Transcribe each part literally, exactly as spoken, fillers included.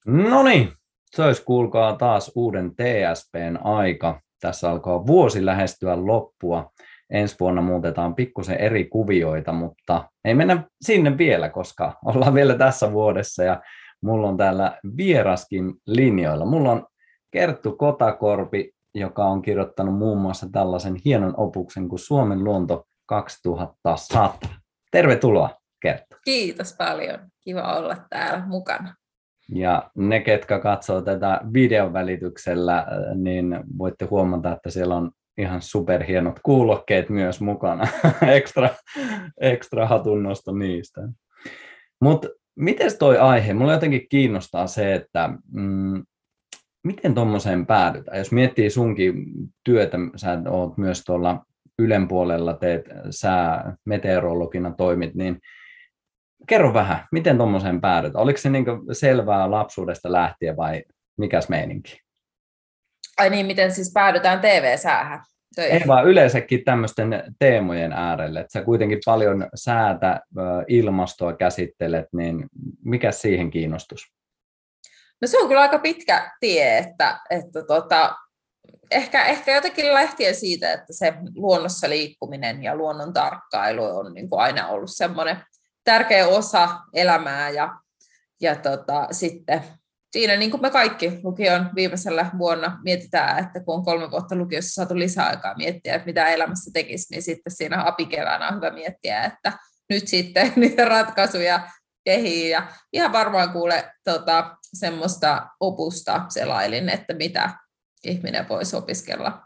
No niin, se olisi kuulkaa taas uuden T S P:n aika. Tässä alkaa vuosi lähestyä loppua. Ensi vuonna muutetaan pikkusen eri kuvioita, mutta ei mennä sinne vielä, koska ollaan vielä tässä vuodessa ja mulla on täällä vieraskin linjoilla. Mulla on Kerttu Kotakorpi, joka on kirjoittanut muun muassa tällaisen hienon opuksen kuin Suomen luonto kaksituhattasata. Tervetuloa, Kerttu. Kiitos paljon. Kiva olla täällä mukana. Ja ne, ketkä katsoo tätä videon välityksellä, niin voitte huomata, että siellä on ihan superhienot kuulokkeet myös mukana. ekstra, ekstra hatunnosto niistä. Mutta miten toi aihe? Mulla jotenkin kiinnostaa se, että mm, miten tuommoiseen päädytään? Jos miettii sunkin työtä, sä oot myös tuolla Ylen puolella, teet sää meteorologina toimit, niin kerro vähän, miten tuommoiseen päädytään? Oliko se niinku selvää lapsuudesta lähtien vai mikäs meininki? Ai niin, miten siis päädytään T V-säähän? Ei vaan yleensäkin tämmöisten teemojen äärelle, että sä kuitenkin paljon säätä, ilmastoa käsittelet, niin mikä siihen kiinnostus? No se on kyllä aika pitkä tie, että, että tota, ehkä, ehkä jotenkin lähtien siitä, että se luonnossa liikkuminen ja luonnon tarkkailu on niin kuin aina ollut semmoinen tärkeä osa elämää ja, ja tota, sitten siinä niin kuin me kaikki lukion viimeisellä vuonna mietitään, että kun on kolme vuotta lukiossa saatu lisäaikaa miettiä, että mitä elämässä tekisi, niin sitten siinä apikeväänä on hyvä miettiä, että nyt sitten niitä ratkaisuja kehii ja ihan varmaan kuule tota, semmoista opusta selailin, että mitä ihminen voisi opiskella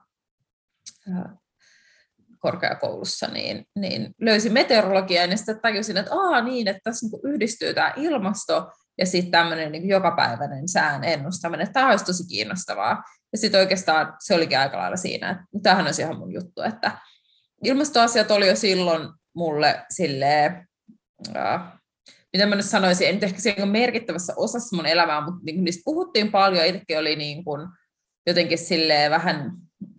korkeakoulussa, niin, niin löysin meteorologiaa ja sitten tajusin, että aa niin, että tässä niin yhdistyy tämä ilmasto ja sitten tämmöinen niin jokapäiväinen sään ennustaminen. Tämä olisi tosi kiinnostavaa. Ja sitten oikeastaan se olikin aika lailla siinä, että tämähän olisi ihan mun juttu, että ilmastoasiat oli jo silloin mulle silleen, äh, mitä mä nyt sanoisin, en nyt ehkä siellä merkittävässä osassa mun elämää, mutta niin niistä puhuttiin paljon, itsekin oli niin kuin jotenkin silleen vähän,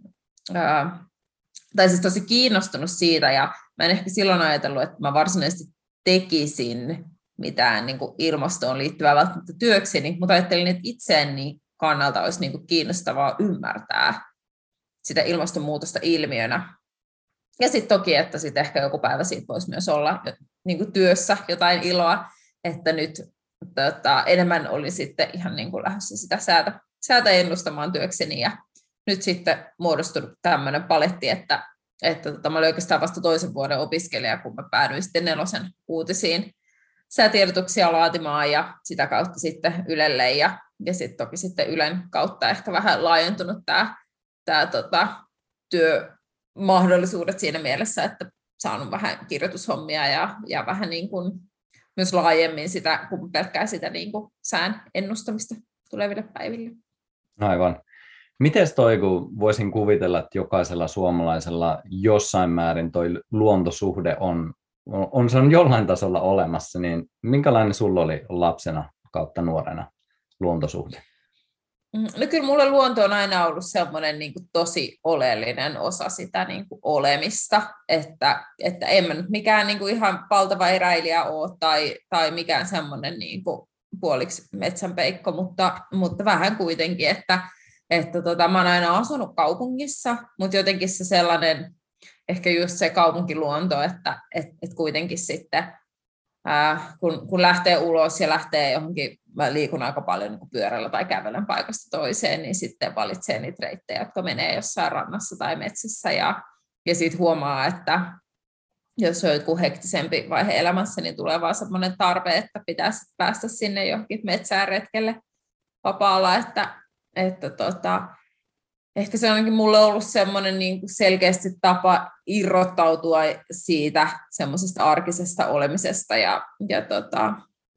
äh, tai siis tosi kiinnostunut siitä, ja mä en ehkä silloin ajatellut, että mä varsinaisesti tekisin mitään niin kuin ilmastoon liittyvää välttämättä työkseni, mutta ajattelin, että itseäni kannalta olisi niin kuin kiinnostavaa ymmärtää sitä ilmastonmuutosta ilmiönä. Ja sitten toki, että sit ehkä joku päivä siitä voisi myös olla niin kuin työssä jotain iloa, että nyt tota, enemmän oli sitten ihan niin kuin lähdössä sitä säätä, säätä ennustamaan työkseni, ja nyt sitten muodostunut tämmöinen paletti, että, että tota, mä olin oikeastaan vasta toisen vuoden opiskelija, kun mä päädyin sitten Nelosen uutisiin säätiedotuksia laatimaan ja sitä kautta sitten Ylelle ja, ja sitten toki sitten Ylen kautta ehkä vähän laajentunut tämä, tämä tota, työmahdollisuudet siinä mielessä, että saanut vähän kirjoitushommia ja, ja vähän niin kuin myös laajemmin sitä, kuin pelkkää sitä niin kuin sään ennustamista tuleville päiville. Aivan. Mites toi, kun voisin kuvitella, että jokaisella suomalaisella jossain määrin toi luontosuhde on on se on jollain tasolla olemassa, niin minkälainen sulla oli lapsena kautta nuorena luontosuhde? No kyllä mulle luonto on aina ollut semmoinen niin kuin tosi oleellinen osa sitä niin kuin olemista, että, että en mä nyt mikään niin kuin ihan valtava eräilijä ole tai, tai mikään semmoinen niin kuin puoliksi metsänpeikko, mutta, mutta vähän kuitenkin, että, että tota, mä oon aina asunut kaupungissa, mutta jotenkin se sellainen ehkä just se kaupunkiluonto, että et, et kuitenkin sitten, ää, kun, kun lähtee ulos ja lähtee johonkin, mä liikun aika paljon niin kuin pyörällä tai kävelen paikasta toiseen, niin sitten valitsee niitä reittejä, jotka menee jossain rannassa tai metsässä, ja, ja sitten huomaa, että jos on joku hektisempi vaihe elämässä, niin tulee vaan semmoinen tarve, että pitäisi päästä sinne johonkin metsään retkelle vapaalla, että, että tota, ehkä se on ainakin mulle ollut semmoinen niin kuin selkeästi tapa irrottautua siitä semmoisesta arkisesta olemisesta ja, ja tota,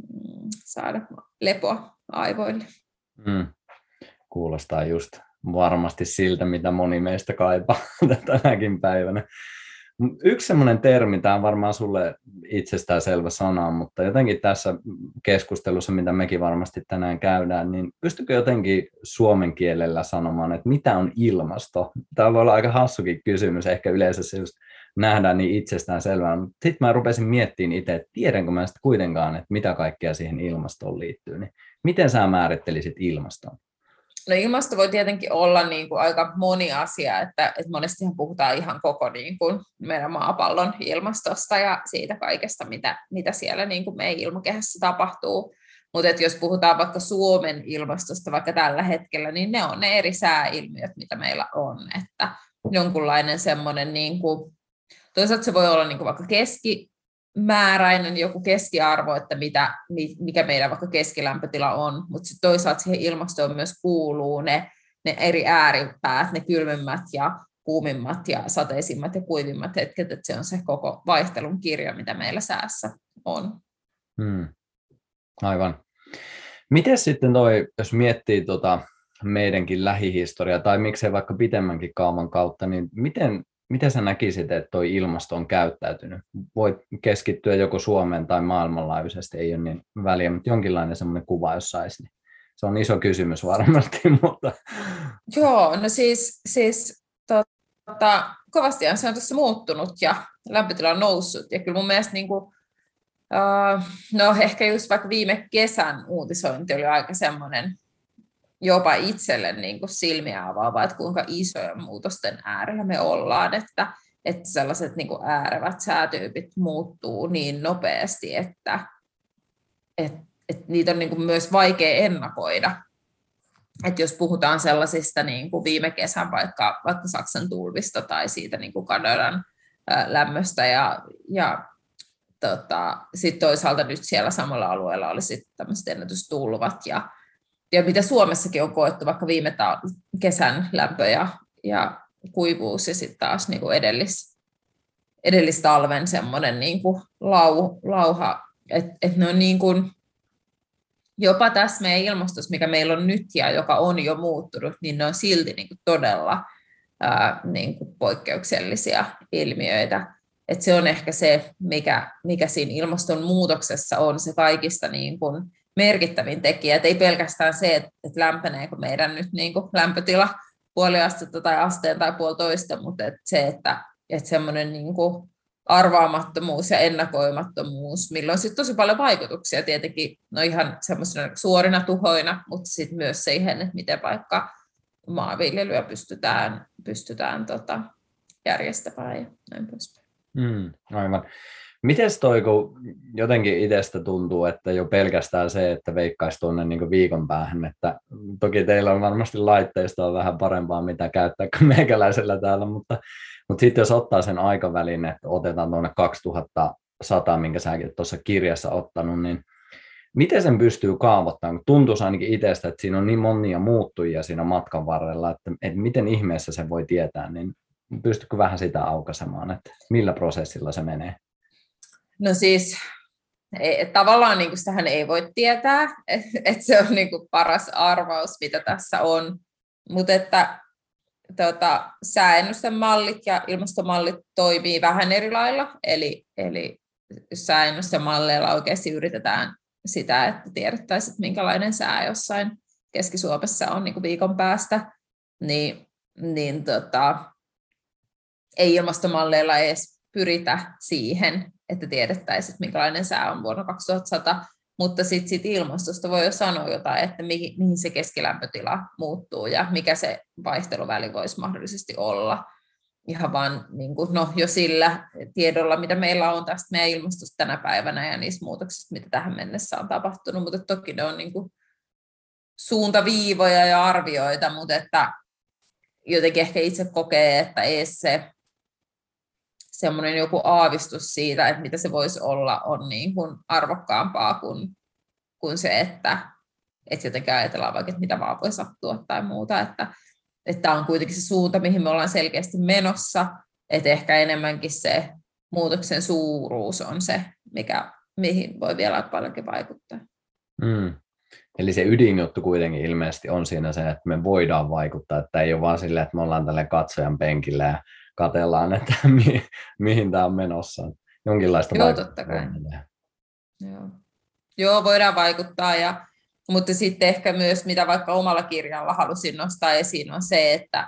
saada lepoa aivoille. Mm. Kuulostaa just varmasti siltä, mitä moni meistä kaipaa tänäkin päivänä. Yksi semmoinen termi, tämä on varmaan sulle itsestäänselvä sana, mutta jotenkin tässä keskustelussa, mitä mekin varmasti tänään käydään, niin pystykö jotenkin suomen kielellä sanomaan, että mitä on ilmasto? Tämä voi olla aika hassukin kysymys, ehkä yleensä se just nähdä niin itsestään selvää. Sitten mä rupesin miettimään itse, että tiedänkö mä sitten kuitenkaan, että mitä kaikkea siihen ilmastoon liittyy. Niin miten sä määrittelisit ilmaston? No ilmasto voi tietenkin olla niin kuin aika moni asia, että, että monestihan puhutaan ihan koko niin kuin meidän maapallon ilmastosta ja siitä kaikesta, mitä, mitä siellä niin kuin meidän ilmakehässä tapahtuu. Mutta jos puhutaan vaikka Suomen ilmastosta vaikka tällä hetkellä, niin ne on ne eri sääilmiöt, mitä meillä on. Että jonkunlainen semmoinen, niin kuin, toisaalta se voi olla niin kuin vaikka keskimääräinen joku keskiarvo, että mitä, mikä meidän vaikka keskilämpötila on, mutta sitten toisaalta siihen ilmastoon myös kuuluu ne, ne eri ääripäät, ne kylmimmät ja kuumimmat ja sateisimmat ja kuivimmat hetket, että se on se koko vaihtelun kirjo, mitä meillä säässä on. Hmm. Aivan. Miten sitten toi, jos miettii tota meidänkin lähihistoriaa, tai miksei vaikka pitemmänkin kaavan kautta, niin miten, miten sä näkisit, että toi ilmasto on käyttäytynyt? Voit keskittyä joko Suomeen tai maailmanlaajuisesti, ei ole niin väliä, mutta jonkinlainen semmoinen kuva, jos saisi. Niin se on iso kysymys varmasti, mutta... Joo, no siis, siis tota, kovastihan se on tässä muuttunut ja lämpötila on noussut, ja kyllä mun mielestä niin kuin, uh, no ehkä just vaikka viime kesän uutisointi oli aika semmoinen jopa itselle niin kuin silmiä avaava, että kuinka isoja muutosten äärellä me ollaan, että, että sellaiset niin kuin äärevät säätyypit muuttuu niin nopeasti, että, että, että niitä on niin kuin myös vaikea ennakoida. Että jos puhutaan sellaisista niin kuin viime kesän vaikka, vaikka Saksan tulvista tai siitä niin kuin Kanadan ää, lämmöstä ja, ja tota, sitten toisaalta nyt siellä samalla alueella oli sitten tämmöiset ennätystulvat ja Ja mitä Suomessakin on koettu, vaikka viime ta- kesän lämpö ja, ja kuivuus ja sitten taas niin kuin edellis, edellistalven semmoinen niin kuin lau, lauha, että et ne on niin kuin, jopa tässä meidän ilmastossa, mikä meillä on nyt ja joka on jo muuttunut, niin ne on silti niin kuin todella ää, niin kuin poikkeuksellisia ilmiöitä. Et se on ehkä se, mikä, mikä siinä ilmastonmuutoksessa on se kaikista niin kuin merkittävin tekijä. Et ei pelkästään se, että et lämpeneekö meidän nyt niin kuin lämpötila puoli astetta tai asteen tai puolitoista, mutta et se, että et semmoinen niin kuin arvaamattomuus ja ennakoimattomuus, millä on sitten tosi paljon vaikutuksia tietenkin, no ihan semmoisena suorina tuhoina, mutta sitten myös siihen, että miten vaikka maanviljelyä pystytään, pystytään tota, järjestämään ja näin poispäin. Mm, aivan. Mites toi, kun jotenkin itsestä tuntuu, että jo pelkästään se, että veikkaisi tuonne niin viikon päähän, että toki teillä on varmasti laitteistoa vähän parempaa, mitä käyttää kuin meikäläisellä täällä, mutta, mutta sitten jos ottaa sen aikavälin, että otetaan tuonne kaksituhattasata, minkä säkin tuossa kirjassa ottanut, niin miten sen pystyy kaavoittamaan? Tuntuisi ainakin itsestä, että siinä on niin monia muuttujia siinä matkan varrella, että, että miten ihmeessä sen voi tietää, niin pystytkö vähän sitä aukaisemaan, että millä prosessilla se menee? No siis ei, tavallaan niin kuin sitähän ei voi tietää, että et se on niin kuin paras arvaus, mitä tässä on, mutta että tota, sääennustemallit ja ilmastomallit toimii vähän eri lailla, eli, eli sääennustemalleilla oikeasti yritetään sitä, että tiedettäisiin, että minkälainen sää jossain Keski-Suomessa on niin kuin viikon päästä, niin, niin tota, ei ilmastomalleilla edes pyritä siihen, että tiedettäisiin, että minkälainen sää on vuonna kaksituhattasata, mutta sitten sit ilmastosta voi jo sanoa jotain, että mihin, mihin se keskilämpötila muuttuu ja mikä se vaihteluväli voisi mahdollisesti olla. Ihan vaan niin kuin, no, jo sillä tiedolla, mitä meillä on tästä meidän ilmastosta tänä päivänä ja niistä muutoksista, mitä tähän mennessä on tapahtunut, mutta toki ne on niin kuin suuntaviivoja ja arvioita, mutta että jotenkin ehkä itse kokee, että ei se semmoinen joku aavistus siitä, että mitä se voisi olla, on niin kuin arvokkaampaa kuin, kuin se, että, että jotenkin ajatellaan vaikka, että mitä vaan voi sattua tai muuta, että, että tämä on kuitenkin se suunta, mihin me ollaan selkeästi menossa, että ehkä enemmänkin se muutoksen suuruus on se, mikä, mihin voi vielä paljonkin vaikuttaa. Mm. Eli se ydinjuttu kuitenkin ilmeisesti on siinä se, että me voidaan vaikuttaa, että ei ole vaan silleen, että me ollaan tälle katsojan penkillä ja katsellaan, että mi- mihin tämä on menossa. Jonkinlaista Joo, totta kai. Joo. Joo, voidaan vaikuttaa, ja, mutta sitten ehkä myös, mitä vaikka omalla kirjalla halusin nostaa esiin, on se, että,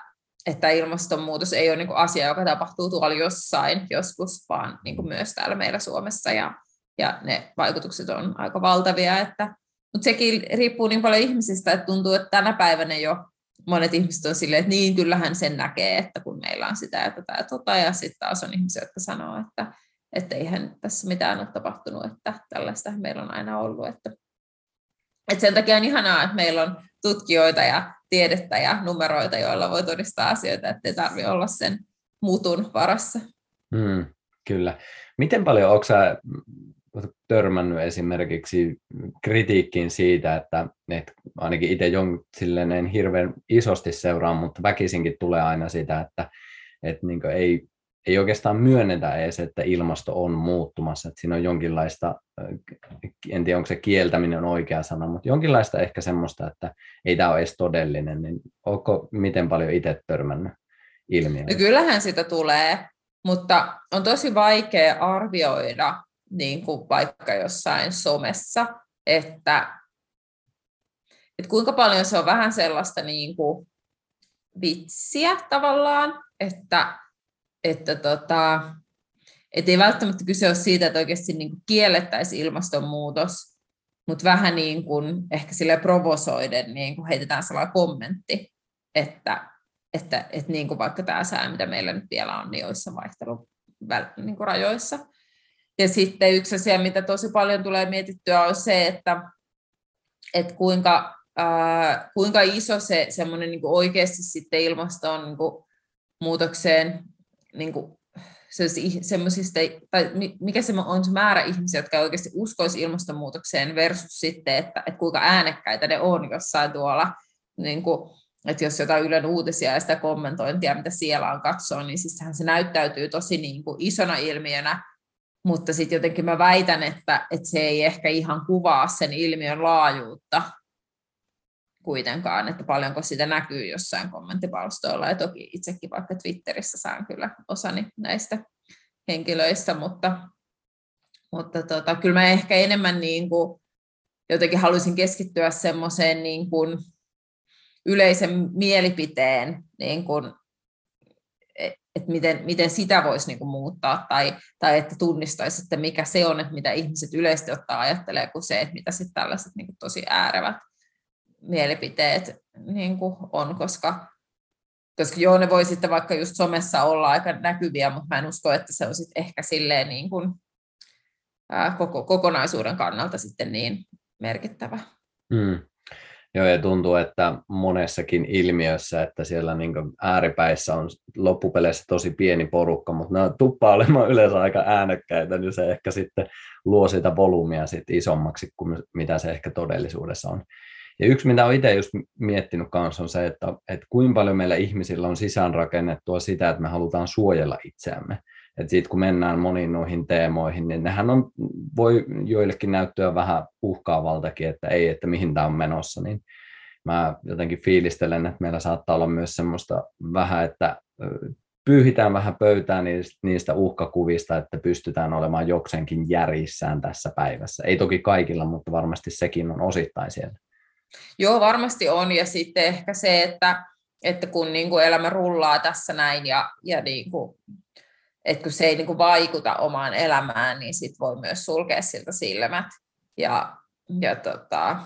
että ilmastonmuutos ei ole niin kuin asia, joka tapahtuu tuolla jossain joskus, vaan niin kuin myös täällä meillä Suomessa, ja, ja ne vaikutukset on aika valtavia, että, mutta sekin riippuu niin paljon ihmisistä, että tuntuu, että tänä päivänä jo monet ihmiset on silleen, että niin, kyllähän sen näkee, että kun meillä on sitä ja tätä ja tota, ja sitten taas on ihmisiä, jotka sanoo, että, että eihän tässä mitään ole tapahtunut, että tällaista meillä on aina ollut, että Et sen takia on ihanaa, että meillä on tutkijoita ja tiedettä ja numeroita, joilla voi todistaa asioita, ettei tarvitse olla sen mutun varassa. Mm, kyllä. Miten paljon oletko sä törmännyt esimerkiksi kritiikkiin siitä, että, että ainakin itse jon, silleen en hirveän isosti seuraa, mutta väkisinkin tulee aina sitä, että, että niin kuin ei, ei oikeastaan myönnetä edes, että ilmasto on muuttumassa, että siinä on jonkinlaista, en tiedä onko se kieltäminen on oikea sana, mutta jonkinlaista ehkä semmoista, että ei tämä ole edes todellinen, niin onko miten paljon itse törmännyt ilmiöön? No kyllähän sitä tulee, mutta on tosi vaikea arvioida niin kuin vaikka jossain somessa, että, että kuinka paljon se on vähän sellaista niin kuin vitsiä tavallaan, että Että tota, et ei välttämättä kyse ole siitä, että oikeasti niin kuin kiellettäisiin ilmastonmuutos, mutta vähän niin kuin ehkä sille provosoiden niin kuin heitetään sellainen kommentti, että, että, että niin kuin vaikka tämä sää, mitä meillä nyt vielä on, niin olisi vaihtelun niin kuin rajoissa. Ja sitten yksi asia, mitä tosi paljon tulee mietittyä, on se, että, että kuinka, ää, kuinka iso se semmoinen niin kuin oikeasti sitten ilmastonmuutokseen niin kuin semmoisista, tai mikä se on se määrä ihmisiä, jotka oikeasti uskoisi ilmastonmuutokseen versus sitten, että, että kuinka äänekkäitä ne on jossain tuolla, niin kuin, että jos jotain Ylen uutisia ja sitä kommentointia, mitä siellä on katsoa, niin siis se näyttäytyy tosi niin kuin isona ilmiönä, mutta sitten jotenkin mä väitän, että, että se ei ehkä ihan kuvaa sen ilmiön laajuutta kuitenkaan, että paljonko sitä näkyy jossain kommenttipalstoilla, ja toki itsekin vaikka Twitterissä saan kyllä osani näistä henkilöistä, mutta, mutta tota, kyllä mä ehkä enemmän niin kuin jotenkin haluaisin keskittyä semmoiseen niin kuin yleisen mielipiteen, niin kuin, että miten, miten sitä voisi niin kuin muuttaa, tai, tai että tunnistaisi, että mikä se on, että mitä ihmiset yleisesti ottaa ajattelee, kuin se, että mitä sitten tällaiset niin kuin tosi äärevät mielipiteet niin kuin on, koska, koska joo, ne voi sitten vaikka just somessa olla aika näkyviä, mutta mä en usko, että se on sitten ehkä silleen niin kuin, ää, koko, kokonaisuuden kannalta sitten niin merkittävä. Mm. Joo, ja tuntuu, että monessakin ilmiössä, että siellä niin kuin ääripäissä on loppupeleissä tosi pieni porukka, mutta ne tuppaa olemaan yleensä aika äänekkäitä, niin se ehkä sitten luo sitä volyymia sitten isommaksi kuin mitä se ehkä todellisuudessa on. Ja yksi, mitä olen itse just miettinyt kanssa, on se, että, että kuinka paljon meillä ihmisillä on sisäänrakennettua sitä, että me halutaan suojella itseämme. Että siitä kun mennään moniin noihin teemoihin, niin nehän on, voi joillekin näyttöä vähän uhkaavaltakin, että ei, että mihin tämä on menossa. Niin mä jotenkin fiilistelen, että meillä saattaa olla myös semmoista vähän, että pyyhitään vähän pöytään niistä uhkakuvista, että pystytään olemaan jokseenkin järjissään tässä päivässä. Ei toki kaikilla, mutta varmasti sekin on osittain siellä. Joo, varmasti on, ja sitten ehkä se, että, että kun niin kuin elämä rullaa tässä näin, ja, ja niin kuin, että kun se ei niin kuin vaikuta omaan elämään, niin sit voi myös sulkea siltä silmät, ja, ja, tota,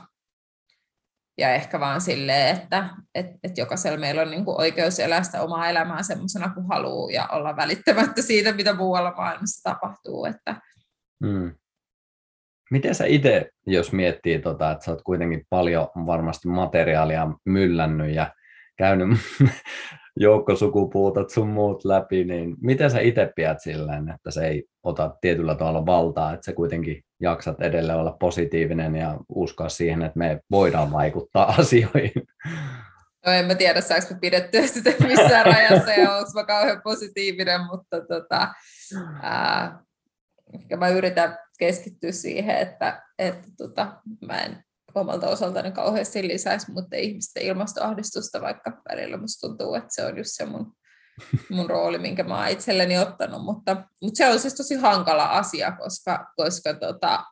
ja ehkä vaan silleen, että et, et jokaisella meillä on niin kuin oikeus elää sitä omaa elämää semmoisena kuin haluaa, ja olla välittämättä siitä, mitä muualla maailmassa tapahtuu. Että, hmm. Miten sä itse, jos miettii, tota, että sä oot kuitenkin paljon varmasti materiaalia myllännyt ja käynyt joukkosukupuutot sun muut läpi, niin miten sä itse pidät silleen, että se ei ota tietyllä tavalla valtaa, että sä kuitenkin jaksat edelleen olla positiivinen ja uskoa siihen, että me voidaan vaikuttaa asioihin? No en mä tiedä, saanko mä pidettyä sitä missään rajassa ja onko mä kauhean positiivinen, mutta tota, ää, ehkä mä yritän keskittyä siihen, että, että tota, mä en omalta osaltani kauheasti lisäisi muiden ihmisten ilmastoahdistusta, vaikka välillä musta tuntuu, että se on just se mun, mun rooli, minkä mä oon itselleni ottanut, mutta, mutta se on siis tosi hankala asia, koska, koska tota,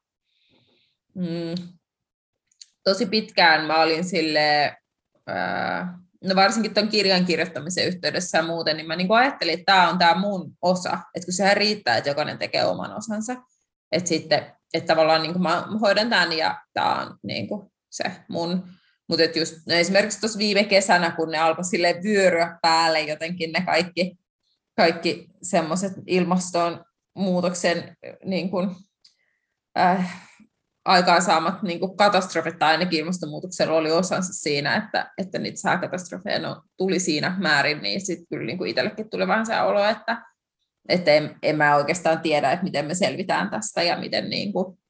mm, tosi pitkään mä olin silleen, ää, no varsinkin tuon kirjan kirjoittamisen yhteydessä ja muuten, niin mä niin ajattelin, että tämä on tämä mun osa, että kun sehän riittää, että jokainen tekee oman osansa, että sitten, että tavallaan niin mä hoidan tämän ja tämä on niin se mun, mutta just no esimerkiksi tuossa viime kesänä, kun ne alkoi silleen vyöryä päälle jotenkin ne kaikki, kaikki semmoiset ilmastonmuutoksen niin kuin, äh, aikaansaamat niin kuin katastrofit, tai ainakin ilmastonmuutoksella oli osansa siinä, että, että niitä sääkatastrofeja no, tuli siinä määrin, niin sitten kyllä niin kuin itsellekin tuli vähän se olo, että, että en, en mä oikeastaan tiedä, että miten me selvitään tästä ja miten, niin kuin,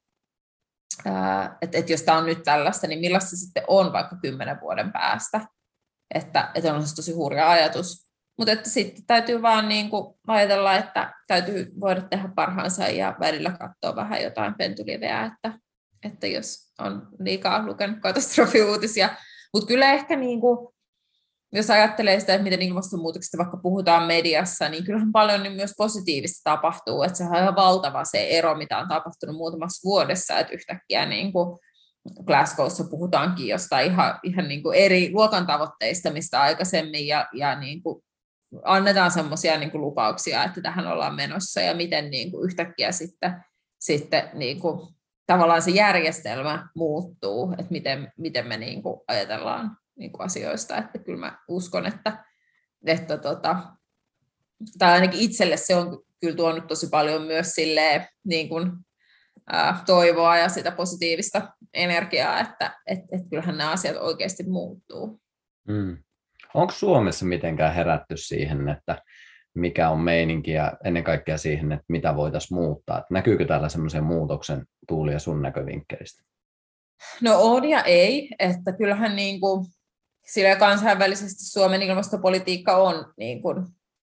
ää, että, että jos tämä on nyt tällaista, niin millaista se sitten on vaikka kymmenen vuoden päästä, että, että on se tosi hurja ajatus. Mutta että sitten täytyy vaan niin kuin ajatella, että täytyy voida tehdä parhaansa ja välillä katsoa vähän jotain pentuliveä, että, että jos on liikaa lukenut katastrofiuutisia. Mutta kyllä ehkä, niin kuin, jos ajattelee sitä, että miten ilmastonmuutoksesta vaikka puhutaan mediassa, niin kyllähän paljon niin myös positiivista tapahtuu. Että sehän on ihan valtava se ero, mitä on tapahtunut muutamassa vuodessa, että yhtäkkiä niin kuin Glasgowssa puhutaankin jostain ihan, ihan niin kuin eri luokan tavoitteista, mistä aikaisemmin, ja, ja niin kuin annetaan semmoisia niin kuin lupauksia, että tähän ollaan menossa, ja miten niin kuin yhtäkkiä sitten, sitten niin kuin, tavallaan se järjestelmä muuttuu, että miten, miten me niin kuin ajatellaan niin kuin asioista, että kyllä mä uskon, että, että tota, tai ainakin itselle se on kyllä tuonut tosi paljon myös silleen, niin kuin, ää, toivoa ja sitä positiivista energiaa, että et, et kyllähän nämä asiat oikeasti muuttuu. Mm. Onko Suomessa mitenkään herätty siihen, että mikä on meininki ja ennen kaikkea siihen, että mitä voitaisiin muuttaa? Että näkyykö täällä semmoisen muutoksen Tuulia sun näkövinkkelistä? No on ja ei, että kyllähän niin kuin, sillä kansainvälisesti Suomen ilmastopolitiikka on niin kuin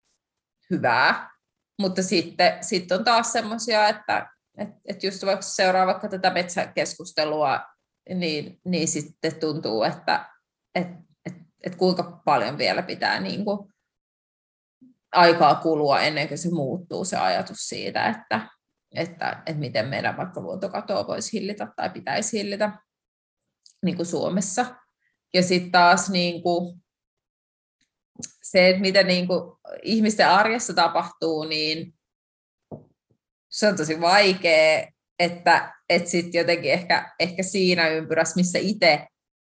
hyvää, mutta sitten, sitten on taas semmoisia, että, että, että just vaikka seuraa vaikka tätä metsäkeskustelua, niin, niin sitten tuntuu, että, että, että, että kuinka paljon vielä pitää niin kuin aikaa kulua ennen kuin se muuttuu se ajatus siitä, että, että, että miten meidän vaikka luontokatoa voisi hillitä tai pitäisi hillitä niin kuin Suomessa. Ja sitten taas niin kuin se, että mitä niin kuin ihmisten arjessa tapahtuu, niin se on tosi vaikea, että, että sitten jotenkin ehkä, ehkä siinä ympyrässä, missä itse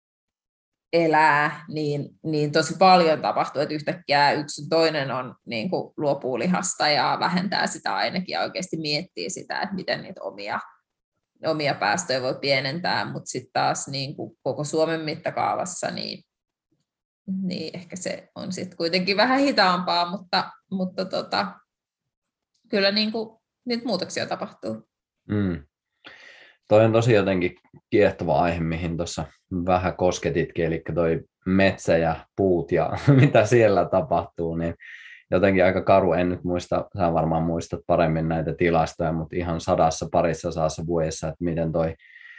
elää, niin, niin tosi paljon tapahtuu, että yhtäkkiä yksi toinen on, niin kuin luopuu lihasta ja vähentää sitä ainakin ja oikeasti miettii sitä, että miten niitä omia, omia päästöjä voi pienentää, mutta sitten taas niin kuin koko Suomen mittakaavassa, niin, niin ehkä se on sitten kuitenkin vähän hitaampaa, mutta, mutta tota, kyllä niin kuin, niitä muutoksia tapahtuu. Mm. Toi on tosi jotenkin kiehtova aihe, mihin tuossa vähän kosketitkin, eli toi metsä ja puut ja mitä siellä tapahtuu, niin jotenkin aika karu, en nyt muista, sä varmaan muistat paremmin näitä tilastoja, mutta ihan sadassa parissa saassa vuodessa, että miten toi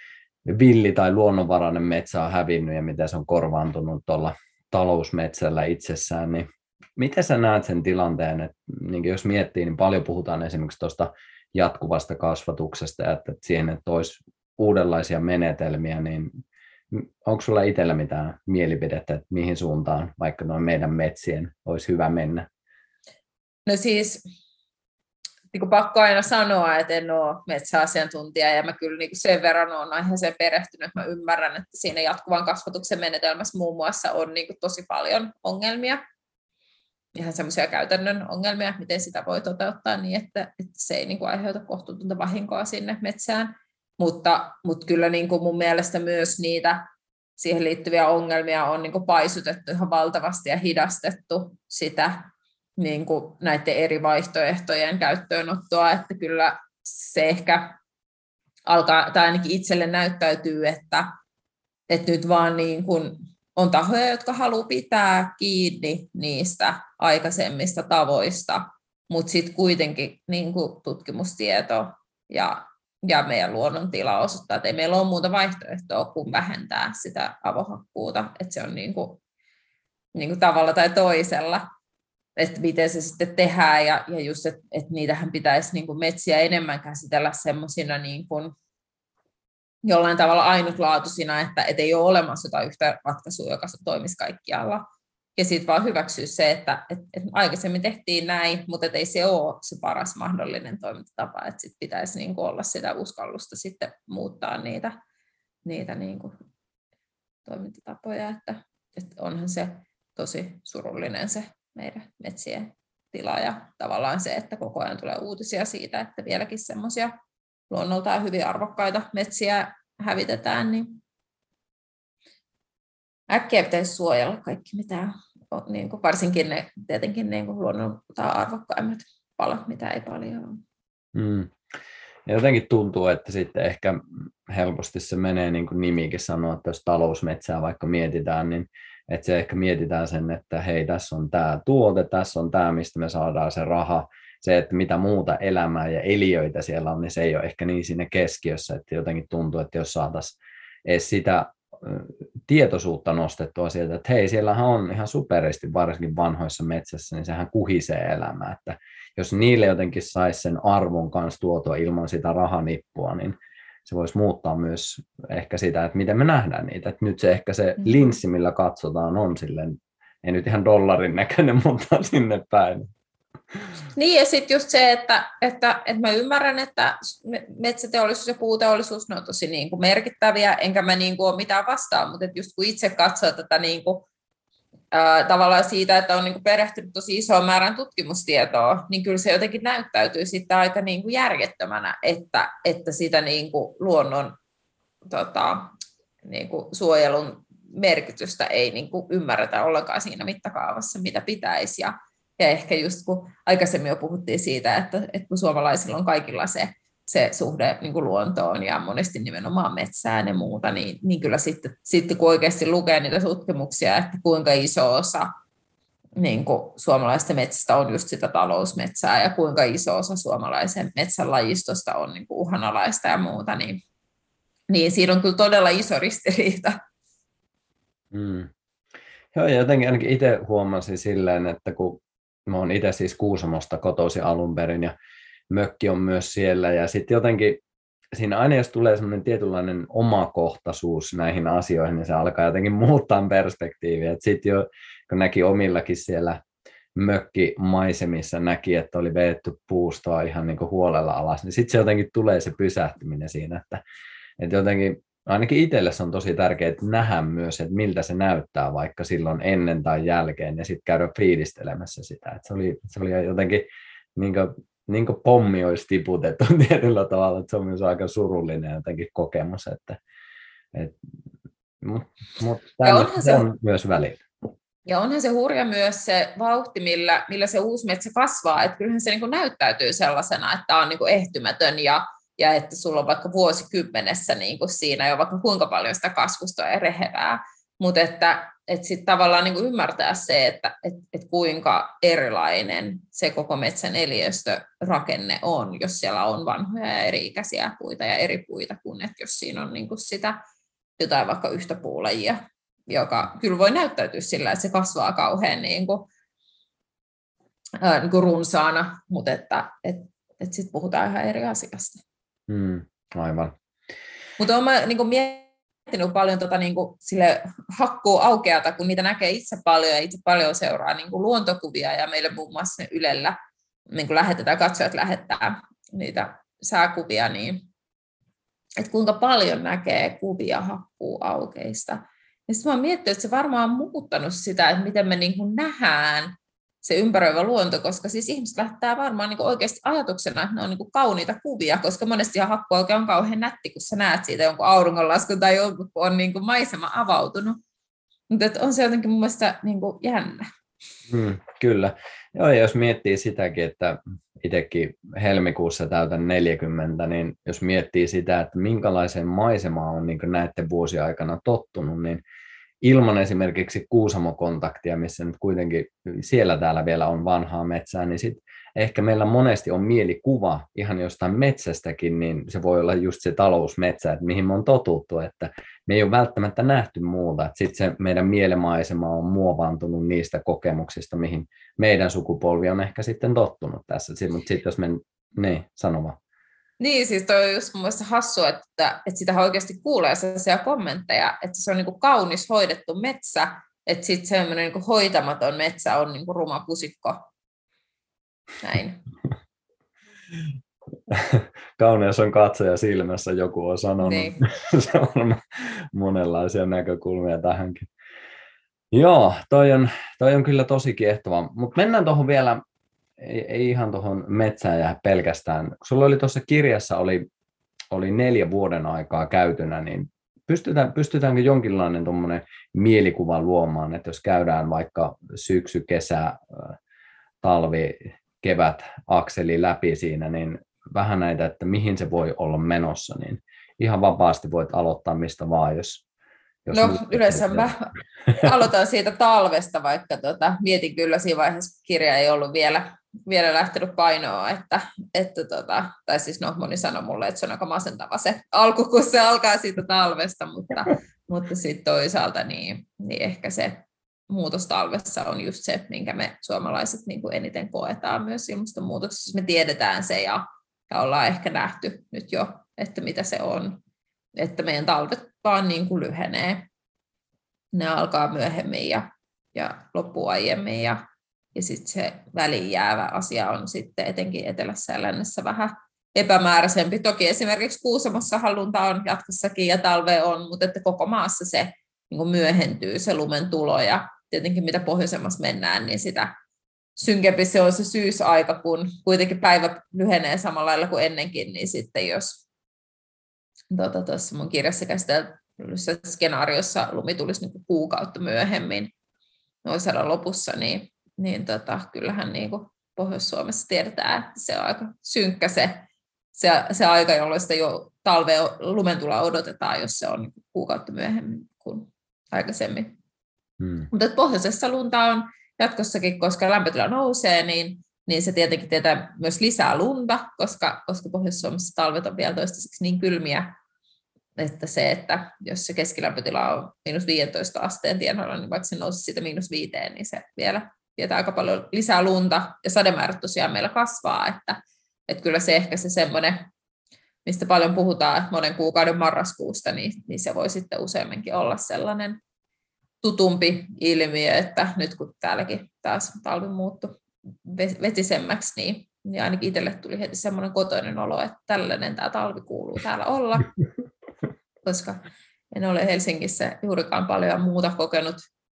villi tai luonnonvarainen metsä on hävinnyt ja miten se on korvaantunut tuolla talousmetsällä itsessään, niin miten sä näet sen tilanteen, että niin jos miettii, niin paljon puhutaan esimerkiksi tuosta jatkuvasta kasvatuksesta ja että siihen, että olisi uudenlaisia menetelmiä, niin onko sulla itsellä mitään mielipidettä, että mihin suuntaan vaikka noin meidän metsien olisi hyvä mennä? No siis, niin kuin pakko aina sanoa, että en ole metsäasiantuntija ja mä kyllä niin kuin sen verran olen aiheeseen perehtynyt, että mä ymmärrän, että siinä jatkuvan kasvatuksen menetelmässä muun muassa on niin kuin tosi paljon ongelmia. Ihan semmoisia käytännön ongelmia, miten sitä voi toteuttaa niin, että, että se ei niin kuin aiheuta kohtuutonta vahinkoa sinne metsään. Mutta, mutta kyllä niin kuin mun mielestä myös niitä siihen liittyviä ongelmia on niin kuin paisutettu ihan valtavasti ja hidastettu sitä niin kuin näiden eri vaihtoehtojen käyttöönottoa, että kyllä se ehkä alkaa, tai ainakin itselle näyttäytyy, että, että nyt vaan niin kuin on tahoja, jotka haluaa pitää kiinni niistä aikaisemmista tavoista, mutta sitten kuitenkin niin kuin tutkimustieto ja, ja meidän luonnontila osoittaa, että ei meillä ole muuta vaihtoehtoa kuin vähentää sitä avohakkuuta, että se on niin kuin, niin kuin tavalla tai toisella, että miten se sitten tehdään ja, ja just, että, että niitähän pitäisi niin kuin metsiä enemmän käsitellä semmoisina niin kuin jollain tavalla ainutlaatuisina, että et ei ole olemassa jotain yhtä ratkaisua, joka toimisi kaikkialla. ja sitten vaan hyväksyä se, että et, et aikaisemmin tehtiin näin, mutta ei se ole se paras mahdollinen toimintatapa, että sitten pitäisi niin kuin olla sitä uskallusta sitten muuttaa niitä, niitä niin kuin toimintatapoja, että, että onhan se tosi surullinen se meidän metsien tila ja tavallaan se, että koko ajan tulee uutisia siitä, että vieläkin semmoisia luonnoltaan hyvin arvokkaita metsiä hävitetään, niin äkkiä pitäisi suojella kaikki, mitä on, niin kuin varsinkin ne tietenkin niin kuin luonnoltaan arvokkaimmat palat, mitä ei paljon ole. Mm. Ja jotenkin tuntuu, että sitten ehkä helposti se menee niin kuin nimikin sanoo, että jos talousmetsää vaikka mietitään, niin että se ehkä mietitään sen, että hei, tässä on tämä tuote, tässä on tämä, mistä me saadaan se raha. Se, että mitä muuta elämää ja eliöitä siellä on, niin se ei ole ehkä niin siinä keskiössä, että jotenkin tuntuu, että jos saataisiin edes sitä tietoisuutta nostettua sieltä, että hei, siellähän on ihan superisti, varsinkin vanhoissa metsässä, niin sehän kuhisee elämää, että jos niille jotenkin saisi sen arvon kanssa tuotua ilman sitä rahanippua, niin se voisi muuttaa myös ehkä sitä, että miten me nähdään niitä. Että nyt se ehkä se linssi, millä katsotaan, on silleen, ei nyt ihan dollarin näköinen, mutta sinne päin. Niin, ja sitten just se, että, että, että mä ymmärrän, että metsäteollisuus ja puuteollisuus, ne on tosi niin kuin merkittäviä, enkä mä niin kuin ole mitään vastaan, mutta just kun itse katsoo tätä niin kuin, ää, tavallaan siitä, että on niin kuin perehtynyt tosi isoon määrän tutkimustietoa, niin kyllä se jotenkin näyttäytyy sitten aika niin kuin järjettömänä, että, että sitä niin kuin luonnon tota, niin kuin suojelun merkitystä ei niin kuin ymmärretä ollenkaan siinä mittakaavassa, mitä pitäisi. Ja Ja ehkä just kun aikaisemmin jo puhuttiin siitä, että, että kun suomalaisilla on kaikilla se, se suhde niin kuin luontoon ja monesti nimenomaan metsään ja muuta, niin, niin kyllä sitten, sitten kun oikeasti lukee niitä tutkimuksia, että kuinka iso osa niin kuin suomalaisten metsästä on just sitä talousmetsää ja kuinka iso osa suomalaisen metsän lajistosta on niin kuin uhanalaista ja muuta, niin, niin siinä on kyllä todella iso ristiriita. Mm. Joo, ja jotenkin ainakin itse huomasin silleen, että kun mä oon itse siis Kuusamosta kotoisin alun perin ja mökki on myös siellä ja sitten jotenkin siinä aina jos tulee semmoinen tietynlainen omakohtaisuus näihin asioihin, niin se alkaa jotenkin muuttaa perspektiiviä. Sitten jo kun näki omillakin siellä mökkimaisemissa näki, että oli veetty puustoa ihan niin kuin huolella alas, niin sitten se jotenkin tulee se pysähtyminen siinä, että, että jotenkin ainakin itselle se on tosi tärkeää nähdä myös, että miltä se näyttää vaikka silloin ennen tai jälkeen ja sitten käydä fiilistelemässä sitä. Että se, oli, se oli jotenkin niin kuin, niin kuin pommi olisi tiputettu tietyllä tavalla, että se on myös aika surullinen jotenkin kokemus. Että, et, mutta mut se, se on myös välillä. Ja onhan se hurja myös se vauhti, millä, millä se uusi metsä kasvaa. Että kyllähän se niin kuin näyttäytyy sellaisena, että tämä on niin kuin ehtymätön ja ja että sulla on vaikka vuosikymmenessä niin kuin siinä jo vaikka kuinka paljon sitä kasvusta ja rehevää, mutta että, että sitten tavallaan niin kuin ymmärtää se, että et, et kuinka erilainen se koko metsän eliöstörakenne on, jos siellä on vanhoja ja eri-ikäisiä puita ja eri puita, kuin että jos siinä on niin kuin sitä jotain vaikka yhtä puulajia, joka kyllä voi näyttäytyä sillä, että se kasvaa kauhean niin kuin, ää, niin kuin runsaana, mutta että et, et sitten puhutaan ihan eri asiasta. Mm, aivan. Mutta olen niin miettinyt paljon tota, niin kuin, sille hakkuu aukeata, kun niitä näkee itse paljon ja itse paljon seuraa niin kuin luontokuvia ja meille muun muassa Ylellä niin kuin lähetetään, katsojat lähettää niitä sääkuvia, niin että kuinka paljon näkee kuvia hakkuu aukeista. Ja sitten olen miettinyt, että se varmaan on muuttanut sitä, että miten me niin kuin nähdään se ympäröivä luonto, koska siis ihmiset lähtee varmaan niin kuin oikeasti ajatuksena, että ne on niin kuin kauniita kuvia, koska monesti hakkuauke on kauhean nätti, kun sä näet siitä jonkun auringonlaskun tai jonkun, kun on niin kuin maisema avautunut. Mutta on se jotenkin mun mielestä niin kuin jännä. Hmm, kyllä. Joo, ja jos miettii sitäkin, että itsekin helmikuussa täytän neljäkymmentä, niin jos miettii sitä, että minkälaiseen maisemaan on niin kuin näiden vuosien aikana tottunut, niin ilman esimerkiksi Kuusamo-kontaktia, missä nyt kuitenkin siellä täällä vielä on vanhaa metsää, niin sitten ehkä meillä monesti on mielikuva ihan jostain metsästäkin, niin se voi olla just se talousmetsä, että mihin me on totuttu, että me ei ole välttämättä nähty muuta. Sitten se meidän mielemaisema on muovaantunut niistä kokemuksista, mihin meidän sukupolvi on ehkä sitten tottunut tässä. Mutta sitten jos me, niin, sano vaan. Niin, siis toi on just mun mielestä hassu, että, että sitä oikeasti kuulee sellaisia kommentteja, että se on niin kuin kaunis hoidettu metsä, että sitten semmoinen niin hoitamaton metsä on niin kuin ruma pusikko. Näin. Kauneus on katsoja silmässä, joku on sanonut. Niin. Se on monenlaisia näkökulmia tähänkin. Joo, toi on, toi on kyllä tosi kiehtova. Mutta mennään tuohon vielä, ei, ei ihan tuohon metsään jää pelkästään. Sulla oli tuossa kirjassa oli, oli neljä vuoden aikaa käytynä, niin pystytään, pystytäänkö jonkinlainen tuommoinen mielikuva luomaan, että jos käydään vaikka syksy, kesä, talvi, kevät akseli läpi siinä, niin vähän näitä, että mihin se voi olla menossa, niin ihan vapaasti voit aloittaa mistä vaan, jos, jos no yleensä mä aloitan siitä talvesta, vaikka tota, mietin kyllä siinä vaiheessa, kirja ei ollut vielä, vielä lähtenyt painoa, että, että tota, tai siis no moni sanoi mulle, että se on aika masentava se alku, kun se alkaa siitä talvesta, mutta, mutta sitten toisaalta niin, niin ehkä se muutos talvessa on just se, minkä me suomalaiset niin kuin eniten koetaan myös ilmastonmuutoksessa. Me tiedetään se ja, ja ollaan ehkä nähty nyt jo, että mitä se on, että meidän talvet vaan niin kuin lyhenee. Ne alkaa myöhemmin ja, ja loppuu aiemmin ja, ja sitten se väliin jäävä asia on sitten etenkin etelässä ja lännessä vähän epämääräisempi. Toki esimerkiksi Kuusamossahan lunta on jatkossakin ja talve on, mutta että koko maassa se niin kuin myöhentyy se lumen tulo ja tietenkin mitä pohjoisemmassa mennään, niin sitä synkempi se on se syysaika, kun kuitenkin päivä lyhenee samalla lailla kuin ennenkin, niin sitten jos tuota, tuossa mun kirjassa käsitellyssä skenaariossa lumi tulisi niin kuin kuukautta myöhemmin noin sadan lopussa, niin, niin tota, kyllähän niin kuin Pohjois-Suomessa tiedetään, että se on aika synkkä se, se, se aika, jolloin sitä jo talvea lumentuloa odotetaan, jos se on niin kuin kuukautta myöhemmin kuin aikaisemmin. Hmm. Mutta pohjoisessa lunta on jatkossakin, koska lämpötila nousee, niin, niin se tietenkin tietää myös lisää lunta, koska, koska Pohjois-Suomessa talvet on vielä toistaiseksi niin kylmiä, että se, että jos se keskilämpötila on miinus viisitoista asteen tienoilla, niin vaikka se nousi siitä miinus viiteen, niin se vielä tietää aika paljon lisää lunta, ja sademäärät tosiaan meillä kasvaa, että, että kyllä se ehkä se semmoinen, mistä paljon puhutaan, että monen kuukauden marraskuusta, niin, niin se voi sitten useamminkin olla sellainen tutumpi ilmiö, että nyt kun täälläkin taas talvi muuttui vetisemmäksi, niin, niin ainakin itselle tuli heti semmoinen kotoinen olo, että tällainen tämä talvi kuuluu täällä olla, koska en ole Helsingissä juurikaan paljon muuta kokenut.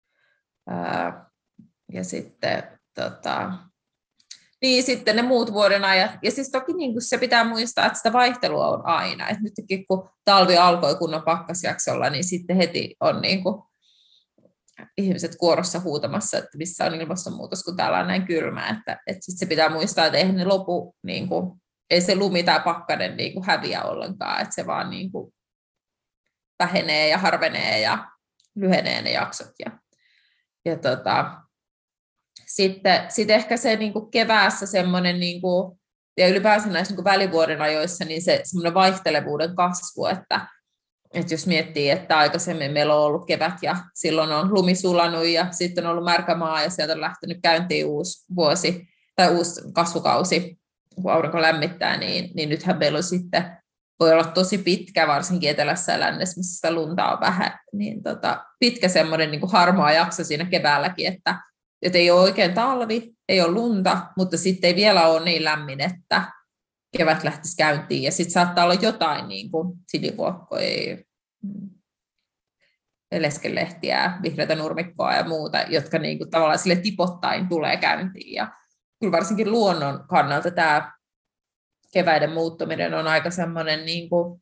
Ää, ja sitten, tota, niin sitten ne muut vuoden ajat. Ja siis toki niin kuin se pitää muistaa, että sitä vaihtelua on aina. Et nytkin kun talvi alkoi kunnon pakkasjaksolla, niin sitten heti on niin kuin ihmiset kuorossa huutamassa, että missä on ilmastonmuutos, kun täällä on näin kylmää. Että, että sit se pitää muistaa, että eihän ne lopu, niin kuin, ei se lumi tai pakkanen niin kuin häviä ollenkaan, että se vaan niin kuin vähenee ja harvenee ja lyhenee ne jaksot. Ja, ja tota, sitten sit ehkä se niin kuin keväässä semmoinen, niin kuin, ja ylipäänsä näissä niin kuin välivuoden ajoissa, niin se semmoinen vaihtelevuuden kasvu, että Että jos miettii, että aikaisemmin meillä on ollut kevät ja silloin on lumi sulanut ja sitten on ollut märkä maa ja sieltä on lähtenyt käyntiin uusi vuosi tai uusi kasvukausi, kun aurinko lämmittää, niin, niin nythän meillä on sitten, voi olla tosi pitkä, varsinkin etelässä ja lännessä, missä sitä lunta on vähän, niin tota, pitkä semmoinen niin kuin harmaa jakso siinä keväälläkin, että, että ei ole oikein talvi, ei ole lunta, mutta sitten ei vielä ole niin lämmin, että kevät lähtisi käyntiin, ja sitten saattaa olla jotain niin kuin sinivuokkoja, leskelehtiä, vihreätä nurmikkoa ja muuta, jotka niin kuin tavallaan sille tipottain tulee käyntiin. Ja kyllä varsinkin luonnon kannalta tämä keväiden muuttuminen on aika semmoinen niin kuin,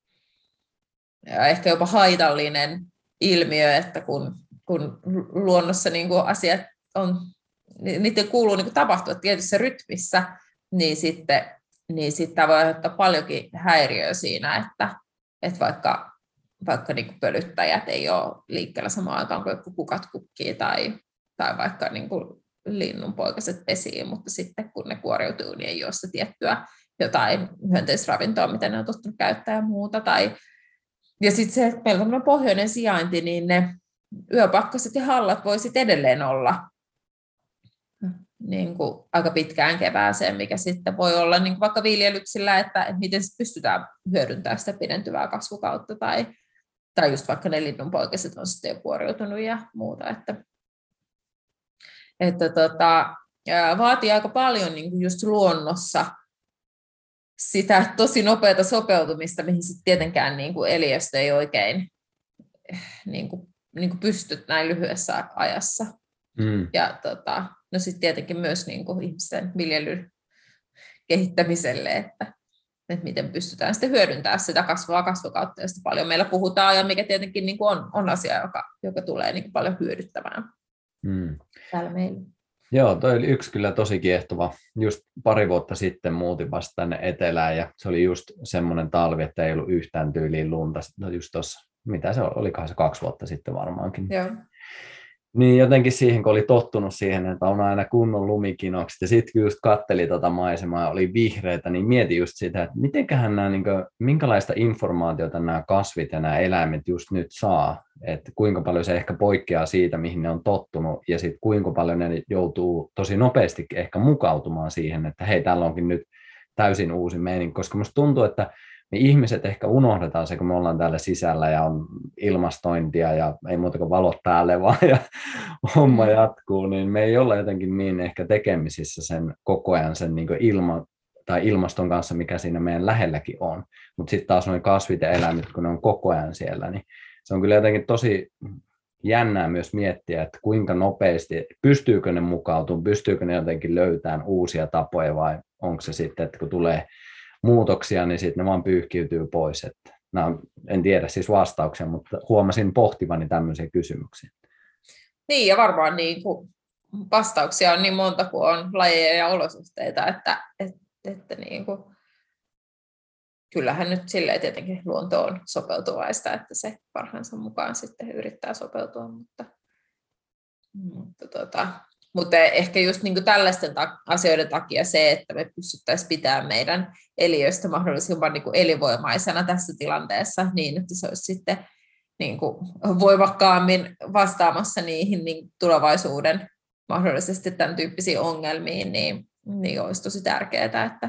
ehkä jopa haitallinen ilmiö, että kun, kun luonnossa niin kuin asiat on, niiden kuuluu niin kuin tapahtua tietyssä rytmissä, niin sitten niin sitten voi aiheuttaa paljonkin häiriöä siinä, että, että vaikka, vaikka niin kuin pölyttäjät ei ole liikkeellä samaan aikaan kuin joku kukat kukkii tai, tai vaikka niin kuin linnunpoikaset pesii, mutta sitten kun ne kuoriutuu, niin ei ole sitä tiettyä jotain hyönteisravintoa, mitä ne on tottunut käyttää ja muuta. Tai, ja sitten se, että meillä on pohjoinen sijainti, niin ne yöpakkaset ja hallat voisit edelleen olla niin kuin aika pitkään kevääseen, mikä sitten voi olla niin kuin vaikka viljelyksillä, että, että miten pystytään hyödyntämään sitä pidentyvää kasvukautta tai, tai just vaikka ne linnunpoikaset on sitten jo kuoriutunut ja muuta, että, että tota, vaatii aika paljon niin kuin just luonnossa sitä tosi nopeata sopeutumista, mihin sitten tietenkään niin kuin eliöstö ei oikein niin kuin, niin kuin pysty näin lyhyessä ajassa. Mm. Ja tota, no sitten tietenkin myös niin kuin ihmisten viljelyn kehittämiselle, että, että miten pystytään sitten hyödyntämään sitä kasvavaa kasvukautta, josta paljon meillä puhutaan, ja mikä tietenkin niin kuin on, on asia, joka, joka tulee niin kuin paljon hyödyttämään mm. täällä meillä. Joo, toi oli yksi kyllä tosi kiehtova. Just pari vuotta sitten muutin vasta tänne etelään, ja se oli just semmoinen talvi, että ei ollut yhtään tyyliin lunta. No just tuossa, mitä se oli, olikohan se kaksi vuotta sitten varmaankin. Joo. Niin jotenkin siihen, kun oli tottunut siihen, että on aina kunnon lumikinokset, ja sitten kun just katteli tota maisemaa ja oli vihreitä, niin mietin just sitä, että mitenköhän nämä, niin kuin, minkälaista informaatiota nämä kasvit ja nämä eläimet just nyt saa, että kuinka paljon se ehkä poikkeaa siitä, mihin ne on tottunut, ja sitten kuinka paljon ne joutuu tosi nopeasti ehkä mukautumaan siihen, että hei, täällä onkin nyt täysin uusi meininki, koska musta tuntuu, että me ihmiset ehkä unohdetaan se, kun me ollaan täällä sisällä ja on ilmastointia ja ei muuta kuin valot päälle vaan ja homma jatkuu, niin me ei olla jotenkin niin ehkä tekemisissä sen koko ajan sen niin kuin ilma, tai ilmaston kanssa, mikä siinä meidän lähelläkin on. Mutta sitten taas nuo kasvit ja eläimet, kun ne on koko ajan siellä, niin se on kyllä jotenkin tosi jännää myös miettiä, että kuinka nopeasti, pystyykö ne mukautumaan, pystyykö ne jotenkin löytämään uusia tapoja vai onko se sitten, että kun tulee muutoksia, niin sitten ne vaan pyyhkiytyy pois. Että, no, en tiedä siis vastauksia, mutta huomasin pohtivani tämmöisiä kysymyksiä. Niin, ja varmaan niin kuin vastauksia on niin monta kuin on lajeja ja olosuhteita, että, että, että niin kuin, kyllähän nyt silleen tietenkin luonto on sopeutuvaista, että se parhaansa mukaan sitten yrittää sopeutua, mutta, mutta tota, Mutta ehkä just niin kuin tällaisten ta- asioiden takia se, että me pystyttäisiin pitämään meidän eliöstä mahdollisimman niin kuin elinvoimaisena tässä tilanteessa, niin että se olisi sitten niin kuin voimakkaammin vastaamassa niihin niin tulevaisuuden mahdollisesti tämän tyyppisiin ongelmiin, niin, niin olisi tosi tärkeää, että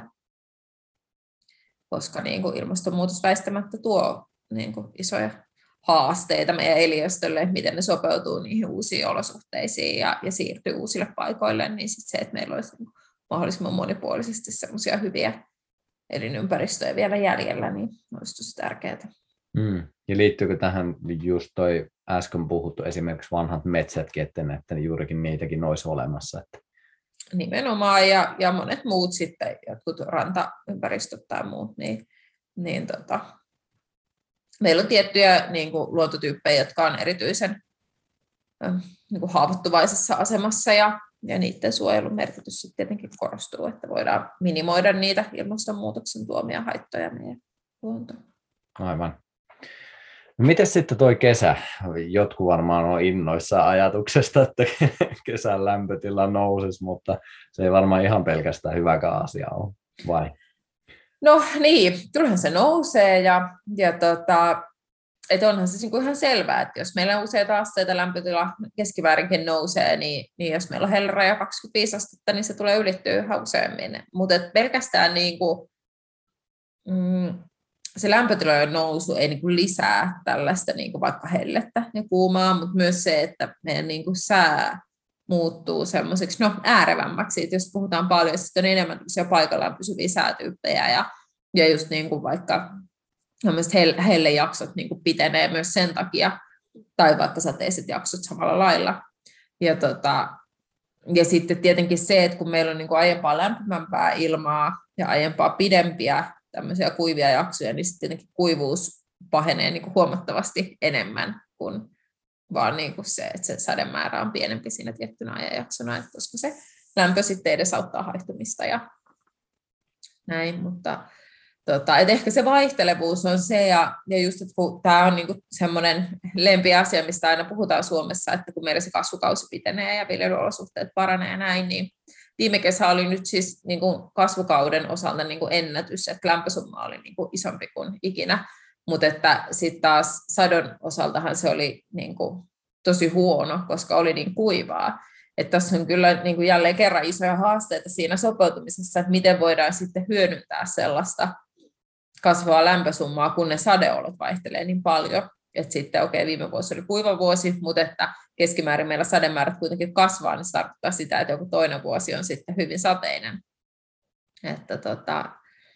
koska niin kuin ilmastonmuutos väistämättä tuo niin kuin isoja haasteita meidän eliöstölle, miten ne sopeutuu niihin uusiin olosuhteisiin ja, ja siirtyy uusille paikoille, niin sit se, että meillä olisi mahdollisimman monipuolisesti semmoisia hyviä elinympäristöjä vielä jäljellä, niin olisi tosi tärkeää. Mm. Ja liittyykö tähän just toi äsken puhuttu esimerkiksi vanhat metsätkin, että, että juurikin niitäkin olisi olemassa? Että... Nimenomaan, ja, ja monet muut sitten, jotkut rantaympäristöt tai muut, niin, niin tota, meillä on tiettyjä niin kuin, luontotyyppejä, jotka on erityisen niin kuin, haavoittuvaisessa asemassa, ja, ja niiden suojelun merkitys sitten tietenkin korostuu, että voidaan minimoida niitä ilmastonmuutoksen tuomia haittoja meidän luontoon. Aivan. No miten sitten toi kesä? Jotkut varmaan on innoissaan ajatuksesta, että kesän lämpötila nousisi, mutta se ei varmaan ihan pelkästään hyväkään asia ole, vai? No niin, kyllähän se nousee, ja, ja tota, et onhan se niinku ihan selvää, että jos meillä on useita asteita lämpötila keskiväärinkin nousee, niin, niin jos meillä on hellraja kaksikymmentäviisi astetta, niin se tulee ylittyä yhä useammin. Mutta pelkästään niinku, mm, se lämpötilojen nousu ei niinku lisää tällaista niinku vaikka hellettä ja kuumaa, mutta myös se, että meidän niinku sää muuttuu semmoiseksi no, äärevämmäksi, että jos puhutaan paljon, sitten on enemmän paikallaan pysyviä säätyyppejä, ja, ja just niin kuin vaikka hellejaksot niin kuin pitenee myös sen takia, tai vaikka sateiset jaksot samalla lailla. Ja, tota, ja sitten tietenkin se, että kun meillä on niin kuin aiempaa lämpimämpää ilmaa ja aiempaa pidempiä tämmöisiä kuivia jaksoja, niin sitten tietenkin kuivuus pahenee niin kuin huomattavasti enemmän kuin vaan niin kuin se, että se sademäärä on pienempi siinä tiettynä ajanjaksona, että koska se lämpö sitten edesauttaa haihtumista ja näin, mutta tota, et ehkä se vaihtelevuus on se, ja, ja just, että kun tämä on niin kuin semmoinen lempiasia, mistä aina puhutaan Suomessa, että kun meillä se kasvukausi pitenee ja viljelyolosuhteet paranee ja näin, niin viime kesä oli nyt siis niin kuin kasvukauden osalta niin kuin ennätys, että lämpösumma oli niin kuin isompi kuin ikinä. Mutta että sitten taas sadon osaltahan se oli niin kuin tosi huono, koska oli niin kuivaa. Että tässä on kyllä niin kuin jälleen kerran isoja haasteita siinä sopeutumisessa, että miten voidaan sitten hyödyntää sellaista kasvavaa lämpösummaa, kun ne sadeolot vaihtelee niin paljon. että sitten okei, okay, viime vuosi oli kuiva vuosi, mutta että keskimäärin meillä sademäärät kuitenkin kasvaa, niin se tarkoittaa sitä, että joku toinen vuosi on sitten hyvin sateinen. Että tota,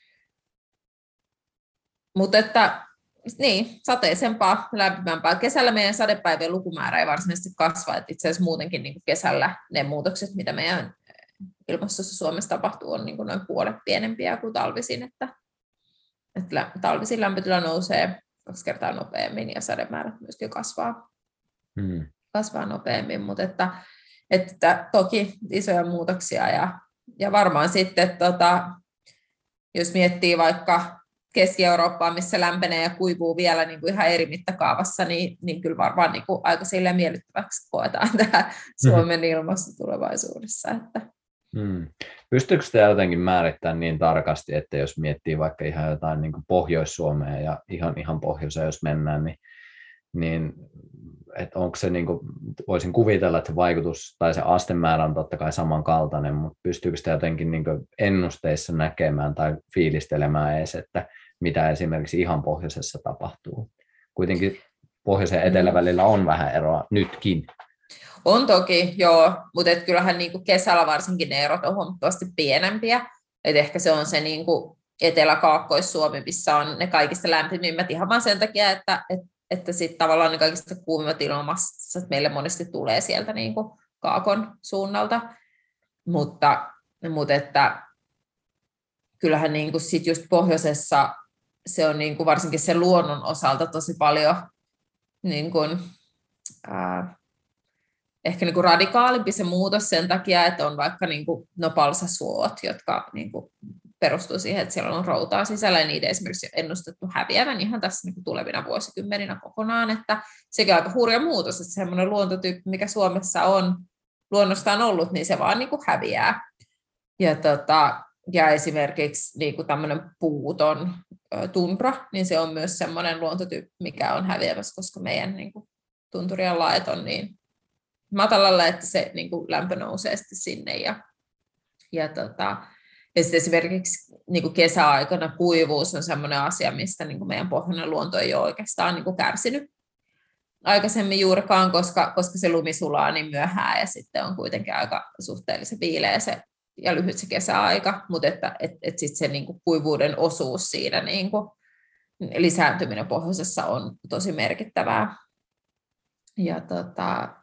mutta että niin, sateisempaa, lämpimämpää. Kesällä meidän sadepäivien lukumäärä ei varsinaisesti kasva, että itse asiassa muutenkin niin kuin kesällä ne muutokset, mitä meidän ilmastossa Suomessa tapahtuu, on niin kuin noin puolet pienempiä kuin talvisin, että, että talvisin lämpötila nousee kaksi kertaa nopeammin ja sademäärät myöskin kasvaa, hmm. kasvaa nopeammin, mutta että, että toki isoja muutoksia ja, ja varmaan sitten, tota, jos miettii vaikka Keski-Eurooppaa, missä lämpenee ja kuivuu vielä niin kuin ihan eri mittakaavassa, niin, niin kyllä varmaan niin kuin aika silleen miellyttäväksi koetaan tämä Suomen ilmasto tulevaisuudessa. Että. Hmm. Pystyykö sitä jotenkin määrittämään niin tarkasti, että jos miettii vaikka ihan jotain niin kuin Pohjois-Suomea ja ihan, ihan pohjoiseen, jos mennään, niin, niin että onko se, niin kuin, voisin kuvitella, että se vaikutus tai se astemäärä on totta kai samankaltainen, mutta pystyykö sitä jotenkin niin kuin ennusteissa näkemään tai fiilistelemään edes, että mitä esimerkiksi ihan pohjoisessa tapahtuu? Kuitenkin pohjoisen ja etelän välillä on vähän eroa nytkin. On toki, joo, mutta et kyllähän niinku kesällä varsinkin ne erot on huomattavasti pienempiä. Et ehkä se on se niinku Etelä-Kaakkois-Suomi, missä on ne kaikista lämpimimmät ihan vaan sen takia, että et, että sit tavallaan ne kaikista kuumimmat ilmassat meille monesti tulee sieltä niinku Kaakon suunnalta. Mutta, mutta että kyllähän niinku sit just pohjoisessa se on niinku varsinkin sen luonnon osalta tosi paljon niinku, ää, ehkä niinku radikaalimpi se muutos sen takia, että on vaikka niinku no palsasuot, jotka niinku perustuu siihen, että siellä on routaa sisällä, ja niiden esimerkiksi on ennustettu häviävän ihan tässä niinku tulevina vuosikymmeninä kokonaan, että sekin on aika hurja muutos, että semmoinen luontotyyppi, mikä Suomessa on luonnostaan ollut, niin se vaan niinku häviää. Ja, tota, ja esimerkiksi niinku tämmöinen puuton tundra, niin se on myös semmoinen luontotyyppi, mikä on häviävässä, koska meidän niinku tunturien laet on niin matalalla, että se niin kuin lämpö nousee sitten sinne. Ja, ja, tota, ja sitten esimerkiksi niin kuin kesäaikana kuivuus on sellainen asia, mistä niin kuin meidän pohjoinen luonto ei ole oikeastaan niin kuin kärsinyt aikaisemmin juurikaan, koska, koska se lumi sulaa niin myöhään ja sitten on kuitenkin aika suhteellisen viileä se ja lyhyt se kesäaika, mutta että et, et sitten se niin kuin kuivuuden osuus siinä niin kuin lisääntyminen pohjoisessa on tosi merkittävää. Ja tota,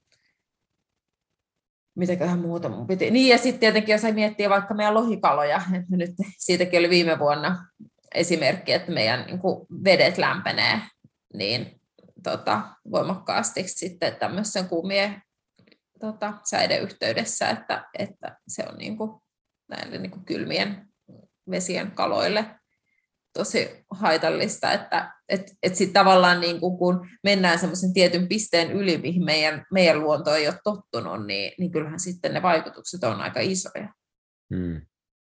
mitäköhän muuta mun piti. Niin ja sitten tietenkin, jos miettii vaikka meidän lohikaloja, että nyt siitäkin oli viime vuonna esimerkki, että meidän niin kuin vedet lämpenee niin tota, voimakkaasti sitten tämmöisen kuumien tota, säiden yhteydessä, että, että se on niin kuin, näille niin kuin kylmien vesien kaloille tosi haitallista, että et, et sit tavallaan niin kuin, kun mennään semmoisen tietyn pisteen yli, mihin meidän, meidän luonto ei ole tottunut, niin, niin kyllähän sitten ne vaikutukset on aika isoja. Hmm.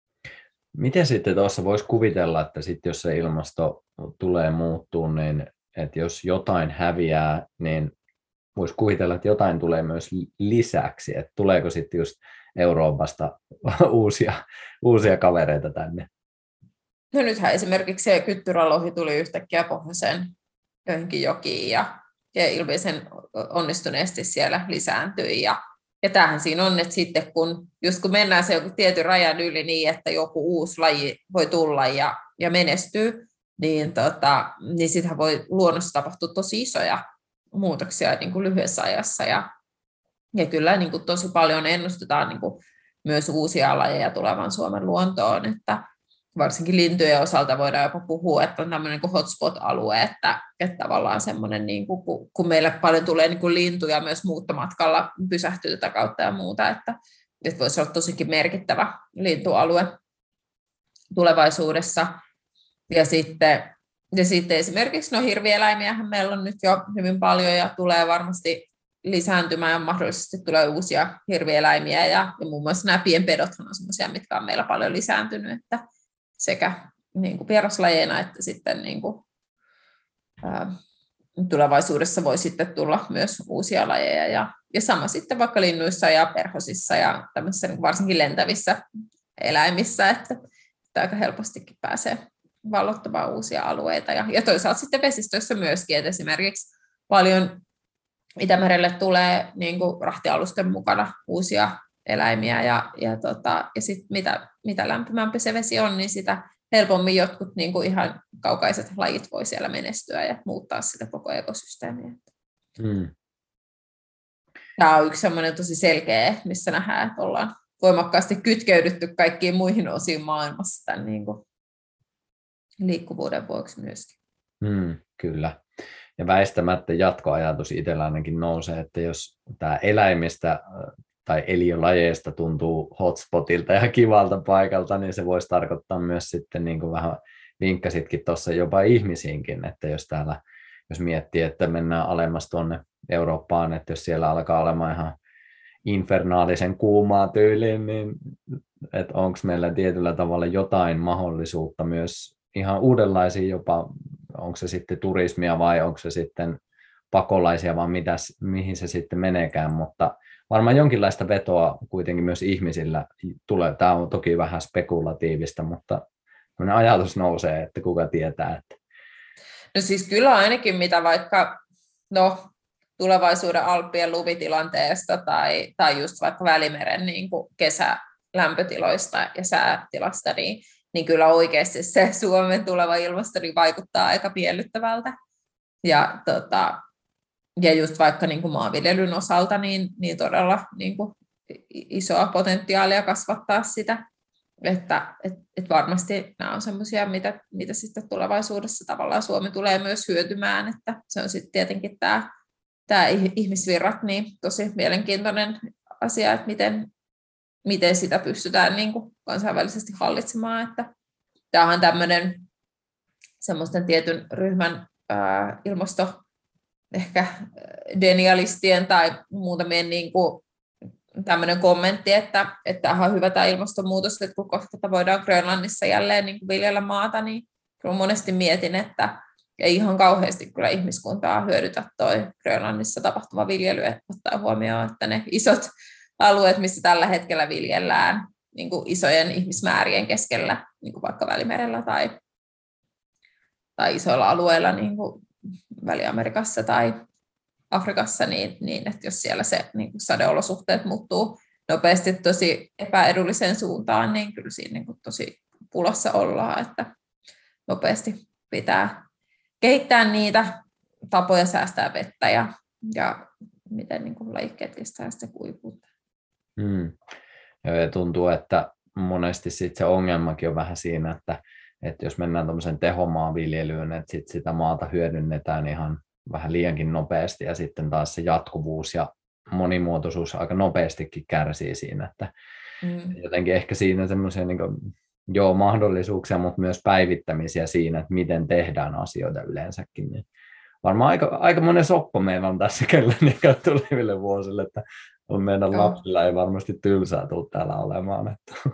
Miten sitten tuossa voisi kuvitella, että sit jos se ilmasto tulee muuttuu, niin että jos jotain häviää, niin voisi kuvitella, että jotain tulee myös lisäksi, että tuleeko sitten just Euroopasta uusia, uusia kavereita tänne? No nythän esimerkiksi se kyttyrälohi tuli yhtäkkiä pohjoiseen joihinkin jokiin ja, ja ilmeisen onnistuneesti siellä lisääntyi. Ja, ja tämähän siinä on, että sitten kun, just kun mennään se joku tietyn rajan yli niin, että joku uusi laji voi tulla ja, ja menestyy, niin, tota, niin sittenhän voi luonnossa tapahtua tosi isoja muutoksia niin kuin lyhyessä ajassa. Ja, ja kyllä niin kuin tosi paljon ennustetaan niin kuin myös uusia lajeja tulevan Suomen luontoon, että varsinkin lintujen osalta voidaan jopa puhua, että on tämmöinen niin hotspot-alue, että, että tavallaan semmoinen, niin kuin, kun meillä paljon tulee niin kuin lintuja myös muuttomatkalla, pysähtyy tätä kautta ja muuta, että, että voisi olla tosikin merkittävä lintualue tulevaisuudessa. Ja sitten, ja sitten esimerkiksi no hirvieläimiähän meillä on nyt jo hyvin paljon ja tulee varmasti lisääntymään ja mahdollisesti tulee uusia hirvieläimiä ja, ja muun muassa nämä pienpedothan on sellaisia, mitkä on meillä paljon lisääntynyt, että sekä niin kuin vieraslajeina että sitten niin kuin, ää, tulevaisuudessa voi sitten tulla myös uusia lajeja. Ja, ja sama sitten vaikka linnuissa ja perhosissa ja tämmöisissä niin varsinkin lentävissä eläimissä, että, että aika helpostikin pääsee vallottamaan uusia alueita. Ja, ja toisaalta sitten vesistöissä myöskin, että esimerkiksi paljon Itämerelle tulee niin kuin rahtialusten mukana uusia eläimiä, ja, ja, tota, ja sit mitä, mitä lämpimämpi se vesi on, niin sitä helpommin jotkut niin kuin ihan kaukaiset lajit voi siellä menestyä ja muuttaa sitä koko ekosysteemiä. Hmm. Tämä on yksi sellainen tosi selkeä, missä nähdään, että ollaan voimakkaasti kytkeydytty kaikkiin muihin osiin maailmassa tämän niin kuin liikkuvuuden vuoksi myöskin. Hmm, kyllä. Ja väistämättä jatkoajatus itsellä ainakin nousee, että jos tämä eläimistä tai eliölajeista tuntuu hotspotilta ja kivalta paikalta, niin se voisi tarkoittaa myös sitten, niin kuin vähän vinkkasitkin tuossa, jopa ihmisiinkin, että jos täällä, jos miettii, että mennään alemmas tuonne Eurooppaan, että jos siellä alkaa olemaan ihan infernaalisen kuumaa tyyliin, niin että onko meillä tietyllä tavalla jotain mahdollisuutta myös ihan uudenlaisia jopa, onko se sitten turismia vai onko se sitten pakolaisia vai mitäs, mihin se sitten meneekään, mutta varmaan jonkinlaista vetoa kuitenkin myös ihmisillä tulee. Tämä on toki vähän spekulatiivista, mutta ajatus nousee, että kuka tietää. Että... No siis kyllä ainakin mitä vaikka no, tulevaisuuden Alppien lumitilanteesta tai, tai just vaikka Välimeren niin kuin kesälämpötiloista ja säätilasta, niin, niin kyllä oikeasti se Suomen tuleva ilmasto niin vaikuttaa aika miellyttävältä. Ja tota, Ja just vaikka niin kuin maanviljelyn osalta, niin, niin todella niin kuin isoa potentiaalia kasvattaa sitä, että et, et varmasti nämä on sellaisia, mitä, mitä sitten tulevaisuudessa tavallaan Suomi tulee myös hyötymään, että se on sitten tietenkin tämä, tämä ihmisvirrat, niin tosi mielenkiintoinen asia, että miten, miten sitä pystytään niin kuin kansainvälisesti hallitsemaan, että tämähän on tämmöinen semmoisten tietyn ryhmän ää, ilmasto ehkä denialistien tai muutamien niin kuin tämmöinen kommentti, että, että on hyvä tämä ilmastonmuutos, että kun kohta voidaan Grönlannissa jälleen niin kuin viljellä maata, niin kyllä monesti mietin, että ei ihan kauheasti kyllä ihmiskuntaa hyödytä toi Grönlannissa tapahtuva viljely, että ottaa huomioon, että ne isot alueet, missä tällä hetkellä viljellään niin kuin isojen ihmismäärien keskellä, niin kuin vaikka Välimerellä tai, tai isoilla alueilla, niin kuin Väli-Amerikassa tai Afrikassa, niin, niin että jos siellä se niin kuin sadeolosuhteet muuttuu nopeasti tosi epäedulliseen suuntaan, niin kyllä siinä niin kuin tosi pulassa ollaan, että nopeasti pitää kehittää niitä tapoja säästää vettä ja, ja miten niin kuin lajikkeet kestää sitä kuivuutta. Hmm. Ja tuntuu, että monesti sit se ongelmakin on vähän siinä, että että jos mennään tuommoisen tehomaanviljelyyn, että sit sitä maata hyödynnetään ihan vähän liiankin nopeasti ja sitten taas se jatkuvuus ja monimuotoisuus aika nopeastikin kärsii siinä, että mm. jotenkin ehkä siinä semmoisia niin kuin, joo, mahdollisuuksia, mutta myös päivittämisiä siinä, että miten tehdään asioita yleensäkin. Niin varmaan aika, aika monen soppa meillä on tässä kyllä niin tuleville vuosille, että on meidän joo. lapsilla ei varmasti tylsää tule täällä olemaan. Että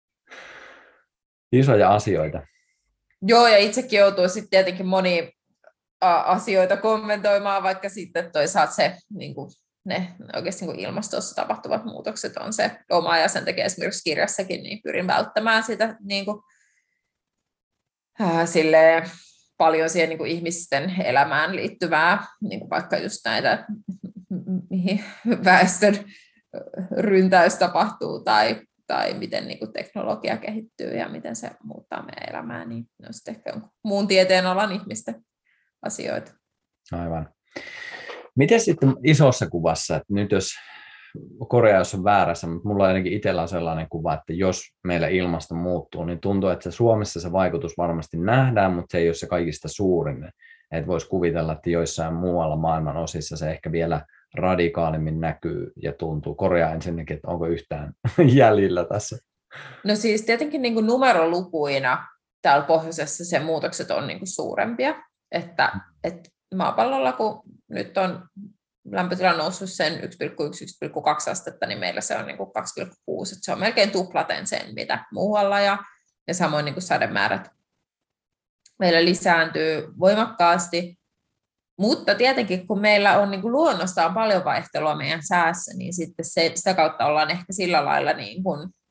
isoja asioita. Joo, ja itsekin joutuu sitten tietenkin moni asioita kommentoimaan, vaikka sitten toisaalta se, niin kuin ne oikeasti niin kuin ilmastossa tapahtuvat muutokset on se oma, ja sen takia esimerkiksi kirjassakin niin pyrin välttämään sitä niin kuin, ää, silleen, paljon siihen niin kuin ihmisten elämään liittyvää, niin kuin vaikka just näitä, mihin väestön ryntäys tapahtuu, tai tai miten niin kuin teknologia kehittyy ja miten se muuttaa meidän elämää, niin ne on sitten ehkä muun tieteen alan ihmisten asioita. Aivan. Miten sitten isossa kuvassa, että nyt jos korjaa, jos on väärässä, mutta mulla ainakin itsellä on sellainen kuva, että jos meillä ilmasto muuttuu, niin tuntuu, että Suomessa se vaikutus varmasti nähdään, mutta se ei ole se kaikista suurin. Että voisi kuvitella, että joissain muualla maailman osissa se ehkä vielä radikaalimmin näkyy ja tuntuu. Korjaa ensinnäkin, että onko yhtään jäljellä tässä? No siis tietenkin niin kuin numerolukuina täällä pohjoisessa se muutokset on niin kuin suurempia, että, että maapallolla kun nyt on lämpötila noussut sen yksi pilkku yksi - yksi pilkku kaksi astetta, niin meillä se on niin kuin kaksi pilkku kuusi, että se on melkein tuplaten sen, mitä muualla, ja, ja samoin niin kuin sademäärät meillä lisääntyy voimakkaasti. Mutta tietenkin, kun meillä on niin kuin luonnostaan paljon vaihtelua meidän säässä, niin sitten se, sitä kautta ollaan ehkä sillä lailla niin kuin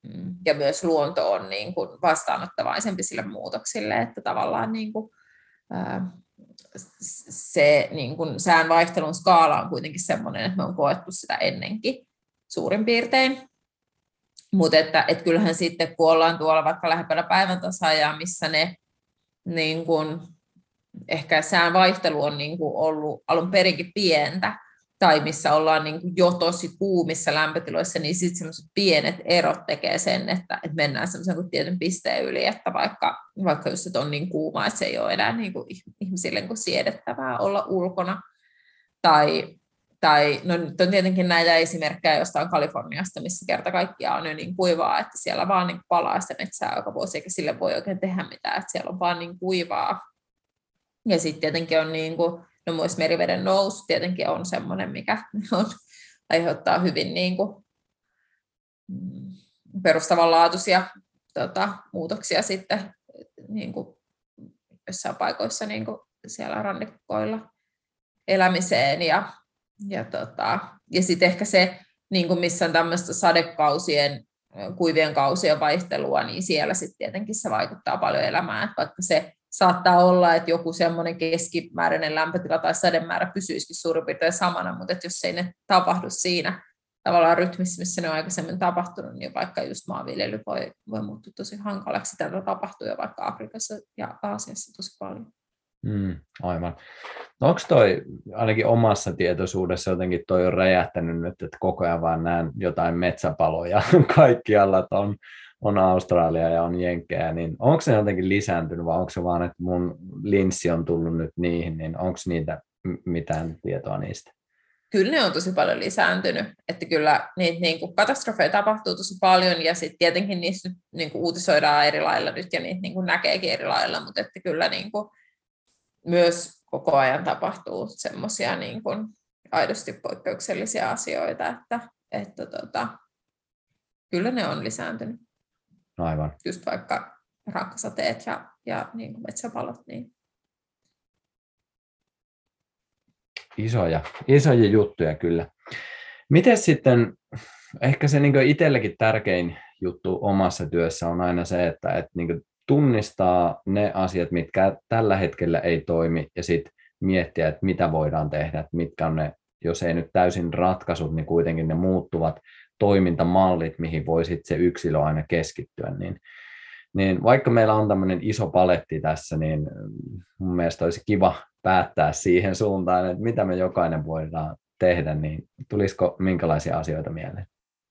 ja myös luonto on niin kuin vastaanottavaisempi sille muutoksille, että tavallaan niin kuin, ää, se niin kuin sään vaihtelun skaala on kuitenkin sellainen, että me on koettu sitä ennenkin suurin piirtein. Mutta että et kyllähän sitten, kun ollaan tuolla vaikka lähempänä päivän tasaajaa, missä ne niin kun, ehkä sään vaihtelu on niin kun ollut alun perinkin pientä, tai missä ollaan niin kun jo tosi kuumissa lämpötiloissa, niin sitten sellaiset pienet erot tekee sen, että, että mennään semmoisen kuin tietyn pisteen yli, että vaikka, vaikka just että on niin kuuma, että se ei ole enää niin kun ihmisille niin kun siedettävää olla ulkona, tai Tai, no nyt on tietenkin näitä esimerkkejä jostain Kaliforniasta, missä kerta kaikkiaan on jo niin kuivaa, että siellä vaan niin palaa sitä metsää joka vuosi, eikä sille voi oikein tehdä mitään, että siellä on vaan niin kuivaa. Ja sitten tietenkin on niin kuin, no myös meriveden nousu tietenkin on semmoinen, mikä on, aiheuttaa hyvin niin kuin, perustavanlaatuisia tota, muutoksia sitten niin kuin jossain paikoissa niin kuin siellä rannikoilla elämiseen ja Ja, tota, ja sitten ehkä se, niin kuin missä on tämmöistä sadekausien, kuivien kausien vaihtelua, niin siellä sitten tietenkin se vaikuttaa paljon elämään. Että vaikka se saattaa olla, että joku semmoinen keskimääräinen lämpötila tai sademäärä pysyisikin suurin piirtein samana, mutta että jos ei ne tapahdu siinä tavallaan rytmissä, missä ne on aikaisemmin tapahtunut, niin vaikka just maanviljely voi, voi muuttua tosi hankalaksi. Tätä tapahtuu jo vaikka Afrikassa ja Aasiassa tosi paljon. Mm, aivan. No onko toi ainakin omassa tietoisuudessa jotenkin toi on räjähtänyt nyt, että koko ajan vaan näen jotain metsäpaloja kaikkialla, että on, on Australia ja on Jenkkejä, niin onko se jotenkin lisääntynyt vai onko se vaan, että mun linssi on tullut nyt niihin, niin onko niitä mitään tietoa niistä? Kyllä ne on tosi paljon lisääntynyt, että kyllä niitä niin kuin katastrofeja tapahtuu tosi paljon ja sitten tietenkin niistä nyt, niin kuin uutisoidaan eri lailla nyt ja niitä niin kuin näkeekin eri lailla, mutta että kyllä niin kuin myös koko ajan tapahtuu semmoisia niin kuin aidosti poikkeuksellisia asioita, että, että tota, kyllä ne on lisääntynyt. Aivan. Just vaikka rankkasateet ja, ja niin kuin metsäpalot. Niin. Isoja, isoja juttuja kyllä. Miten sitten, ehkä se niin kuin itsellekin tärkein juttu omassa työssä on aina se, että, että niin kuin tunnistaa ne asiat, mitkä tällä hetkellä ei toimi, ja sitten miettiä, että mitä voidaan tehdä, että mitkä on ne, jos ei nyt täysin ratkaisut, niin kuitenkin ne muuttuvat toimintamallit, mihin voi sitten se yksilö aina keskittyä. Niin, niin vaikka meillä on tämmöinen iso paletti tässä, niin mun mielestä olisi kiva päättää siihen suuntaan, että mitä me jokainen voidaan tehdä, niin tulisiko minkälaisia asioita mieleen?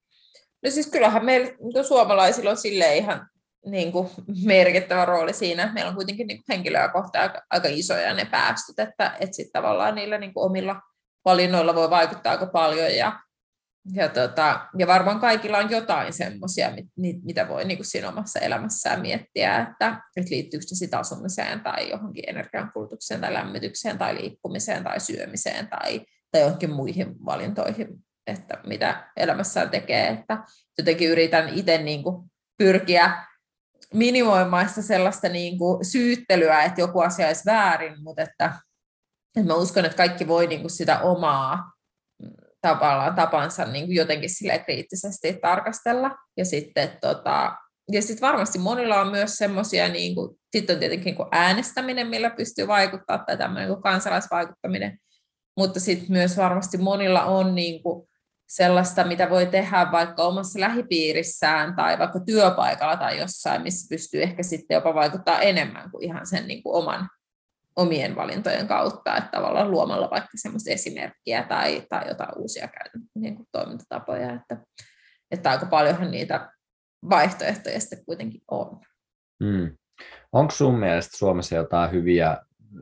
No siis kyllähän meillä suomalaisilla on silleen ihan niin kuin merkittävä rooli siinä. Meillä on kuitenkin niin kuin henkilöä kohtaan aika, aika isoja ne päästöt, että, että sitten tavallaan niillä niin kuin omilla valinnoilla voi vaikuttaa aika paljon. Ja, ja, tota, ja varmaan kaikilla on jotain semmoisia, mit, mitä voi niin kuin siinä omassa elämässään miettiä, että, että liittyykö se sitten asumiseen tai johonkin energiankulutukseen tai lämmitykseen tai liikkumiseen tai syömiseen tai, tai johonkin muihin valintoihin, että mitä elämässään tekee. Että jotenkin yritän itse niin kuin pyrkiä minimoimaista sellaista niin kuin syyttelyä, että joku asia olisi väärin, mutta että, että mä uskon, että kaikki voi niin kuin sitä omaa tavallaan tapansa niin kuin jotenkin kriittisesti tarkastella. Ja sitten tota, ja sit varmasti monilla on myös semmoisia, niin kuin, sitten on tietenkin niin kuin äänestäminen, millä pystyy vaikuttamaan, tai tämmöinen niin kuin kansalaisvaikuttaminen, mutta sitten myös varmasti monilla on niin kuin sellaista, mitä voi tehdä vaikka omassa lähipiirissään tai vaikka työpaikalla tai jossain, missä pystyy ehkä sitten jopa vaikuttaa enemmän kuin ihan sen niin kuin oman, omien valintojen kautta, että tavallaan luomalla vaikka semmoista esimerkkiä tai, tai jotain uusia niin kuin toimintatapoja, että, että aika paljonhan niitä vaihtoehtoja sitten kuitenkin on. Hmm. Onko sun mielestä Suomessa jotain hyviä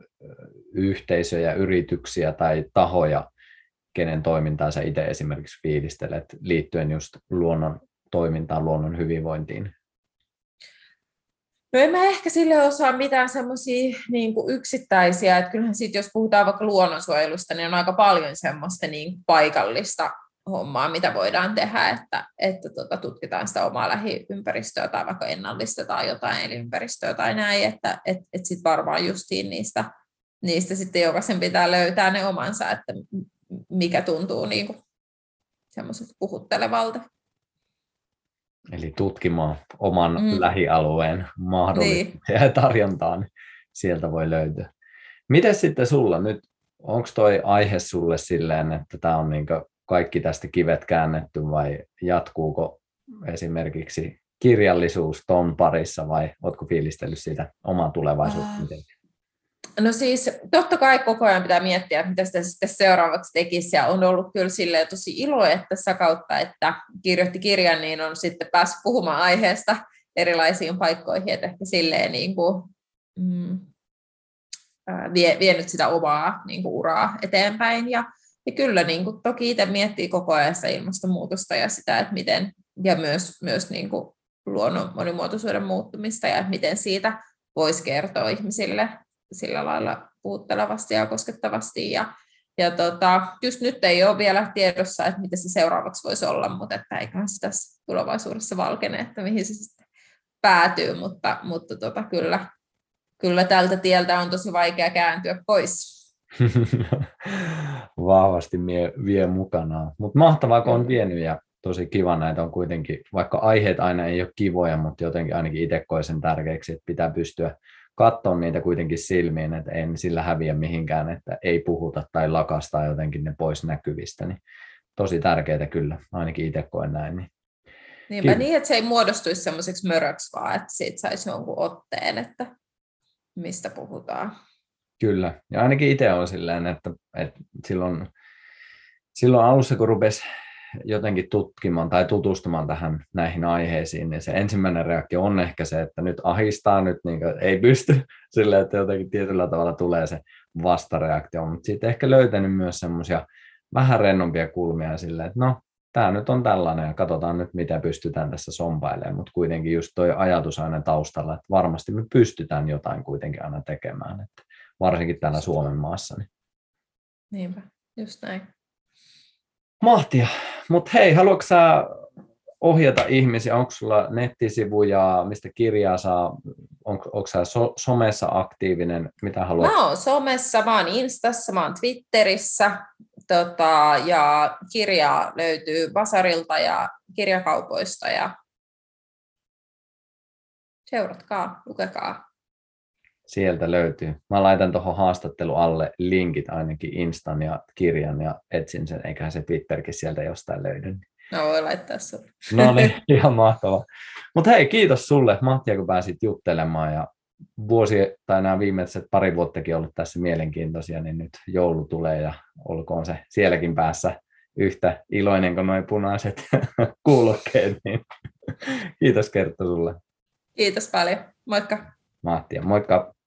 yhteisöjä, yrityksiä tai tahoja, kenen toimintaa sä itse esimerkiksi fiilistelet liittyen just luonnon toimintaan, luonnon hyvinvointiin? No en mä ehkä sille osaa mitään semmoisia niin kuin yksittäisiä, että kyllähän sitten jos puhutaan vaikka luonnonsuojelusta, niin on aika paljon semmoista niin paikallista hommaa, mitä voidaan tehdä, että, että tota, tutkitaan sitä omaa lähiympäristöä tai vaikka ennallistetaan jotain elinympäristöä tai näin, että et, et sitten varmaan justiin niistä, niistä sitten jokaisen pitää löytää ne omansa, että mikä tuntuu niin kuin semmoiselta puhuttelevalta. Eli tutkimaan oman Mm. lähialueen mahdollisuuksia Niin. ja tarjontaa, niin sieltä voi löytyä. Miten sitten sulla nyt, onko toi aihe sulle silleen, että tämä on niin kaikki tästä kivet käännetty vai jatkuuko esimerkiksi kirjallisuus ton parissa vai ootko fiilistellyt siitä omaa tulevaisuutta? Uh, no siis totta kai koko ajan pitää miettiä, että mitä sitä sitten seuraavaksi tekisi ja on ollut kyllä silleen tosi ilo, että tässä kautta, että kirjoitti kirjan, niin on sitten päässyt puhumaan aiheesta erilaisiin paikkoihin, että ehkä silleen niin kuin, mm, vie, vienyt sitä omaa niin kuin uraa eteenpäin. Ja, ja kyllä niin kuin, toki itse miettii koko ajan sitä ilmastonmuutosta ja sitä, että miten, ja myös, myös niin kuin luonnon monimuotoisuuden muuttumista ja että miten siitä voisi kertoa ihmisille sillä lailla puhuttelevasti ja koskettavasti. Ja, ja tota, just nyt ei ole vielä tiedossa, että mitä se seuraavaksi voisi olla, mutta että eiköhän se tässä tulevaisuudessa valkene, että mihin se sitten päätyy, mutta, mutta tota, kyllä, kyllä tältä tieltä on tosi vaikea kääntyä pois. Vahvasti vie, vie mukanaan. Mutta mahtavaa, kun on vienyt ja tosi kiva näitä on kuitenkin, vaikka aiheet aina ei ole kivoja, mutta jotenkin ainakin itse koen sen tärkeäksi, että pitää pystyä katsoa niitä kuitenkin silmiin, että ei sillä häviä mihinkään, että ei puhuta tai lakastaa jotenkin ne pois näkyvistä. Niin tosi tärkeää kyllä, ainakin itse koen näin. Niin. Niinpä niin, että se ei muodostuisi semmoiseksi möröksi vaan, että siitä saisi jonkun otteen, että mistä puhutaan. Kyllä, ja ainakin itse on silleen, että, että silloin, silloin alussa kun rupesi jotenkin tutkimaan tai tutustumaan tähän näihin aiheisiin, niin se ensimmäinen reaktio on ehkä se, että nyt ahistaa, nyt niin ei pysty silleen, että jotenkin tietyllä tavalla tulee se vastareaktio, mutta sitten ehkä löytänyt myös semmoisia vähän rennompia kulmia silleen, että no, tämä nyt on tällainen ja katsotaan nyt, mitä pystytään tässä sompailemaan, mutta kuitenkin just toi ajatus aina taustalla, että varmasti me pystytään jotain kuitenkin aina tekemään, että varsinkin täällä Suomen maassa. Niin. Niinpä, just näin. Mahtia. Mutta hei, haluatko sä ohjata ihmisiä? Onko sulla nettisivuja, mistä kirjaa saa? Onko, onko sä so, somessa aktiivinen? Mitä haluat? Mä oon somessa, mä oon Instassa, mä oon Twitterissä. Tota, ja kirjaa löytyy Basarilta ja kirjakaupoista. Ja seuratkaa, lukekaa. Sieltä löytyy. Mä laitan tuohon haastattelu alle linkit ainakin Instan ja kirjan ja etsin sen, eiköhän se Twitterkin sieltä jostain löydy. No voi laittaa sulle. No niin, ihan mahtavaa. Mutta hei, kiitos sulle Mahtia, kun pääsit juttelemaan ja vuosi tai nämä viimeiset pari vuottakin ollut tässä mielenkiintoisia, niin nyt joulu tulee ja olkoon se sielläkin päässä yhtä iloinen kuin nuo punaiset kuulokkeet. Niin kiitos Kerttu sulle. Kiitos paljon. Moikka. Mahtia, moikka.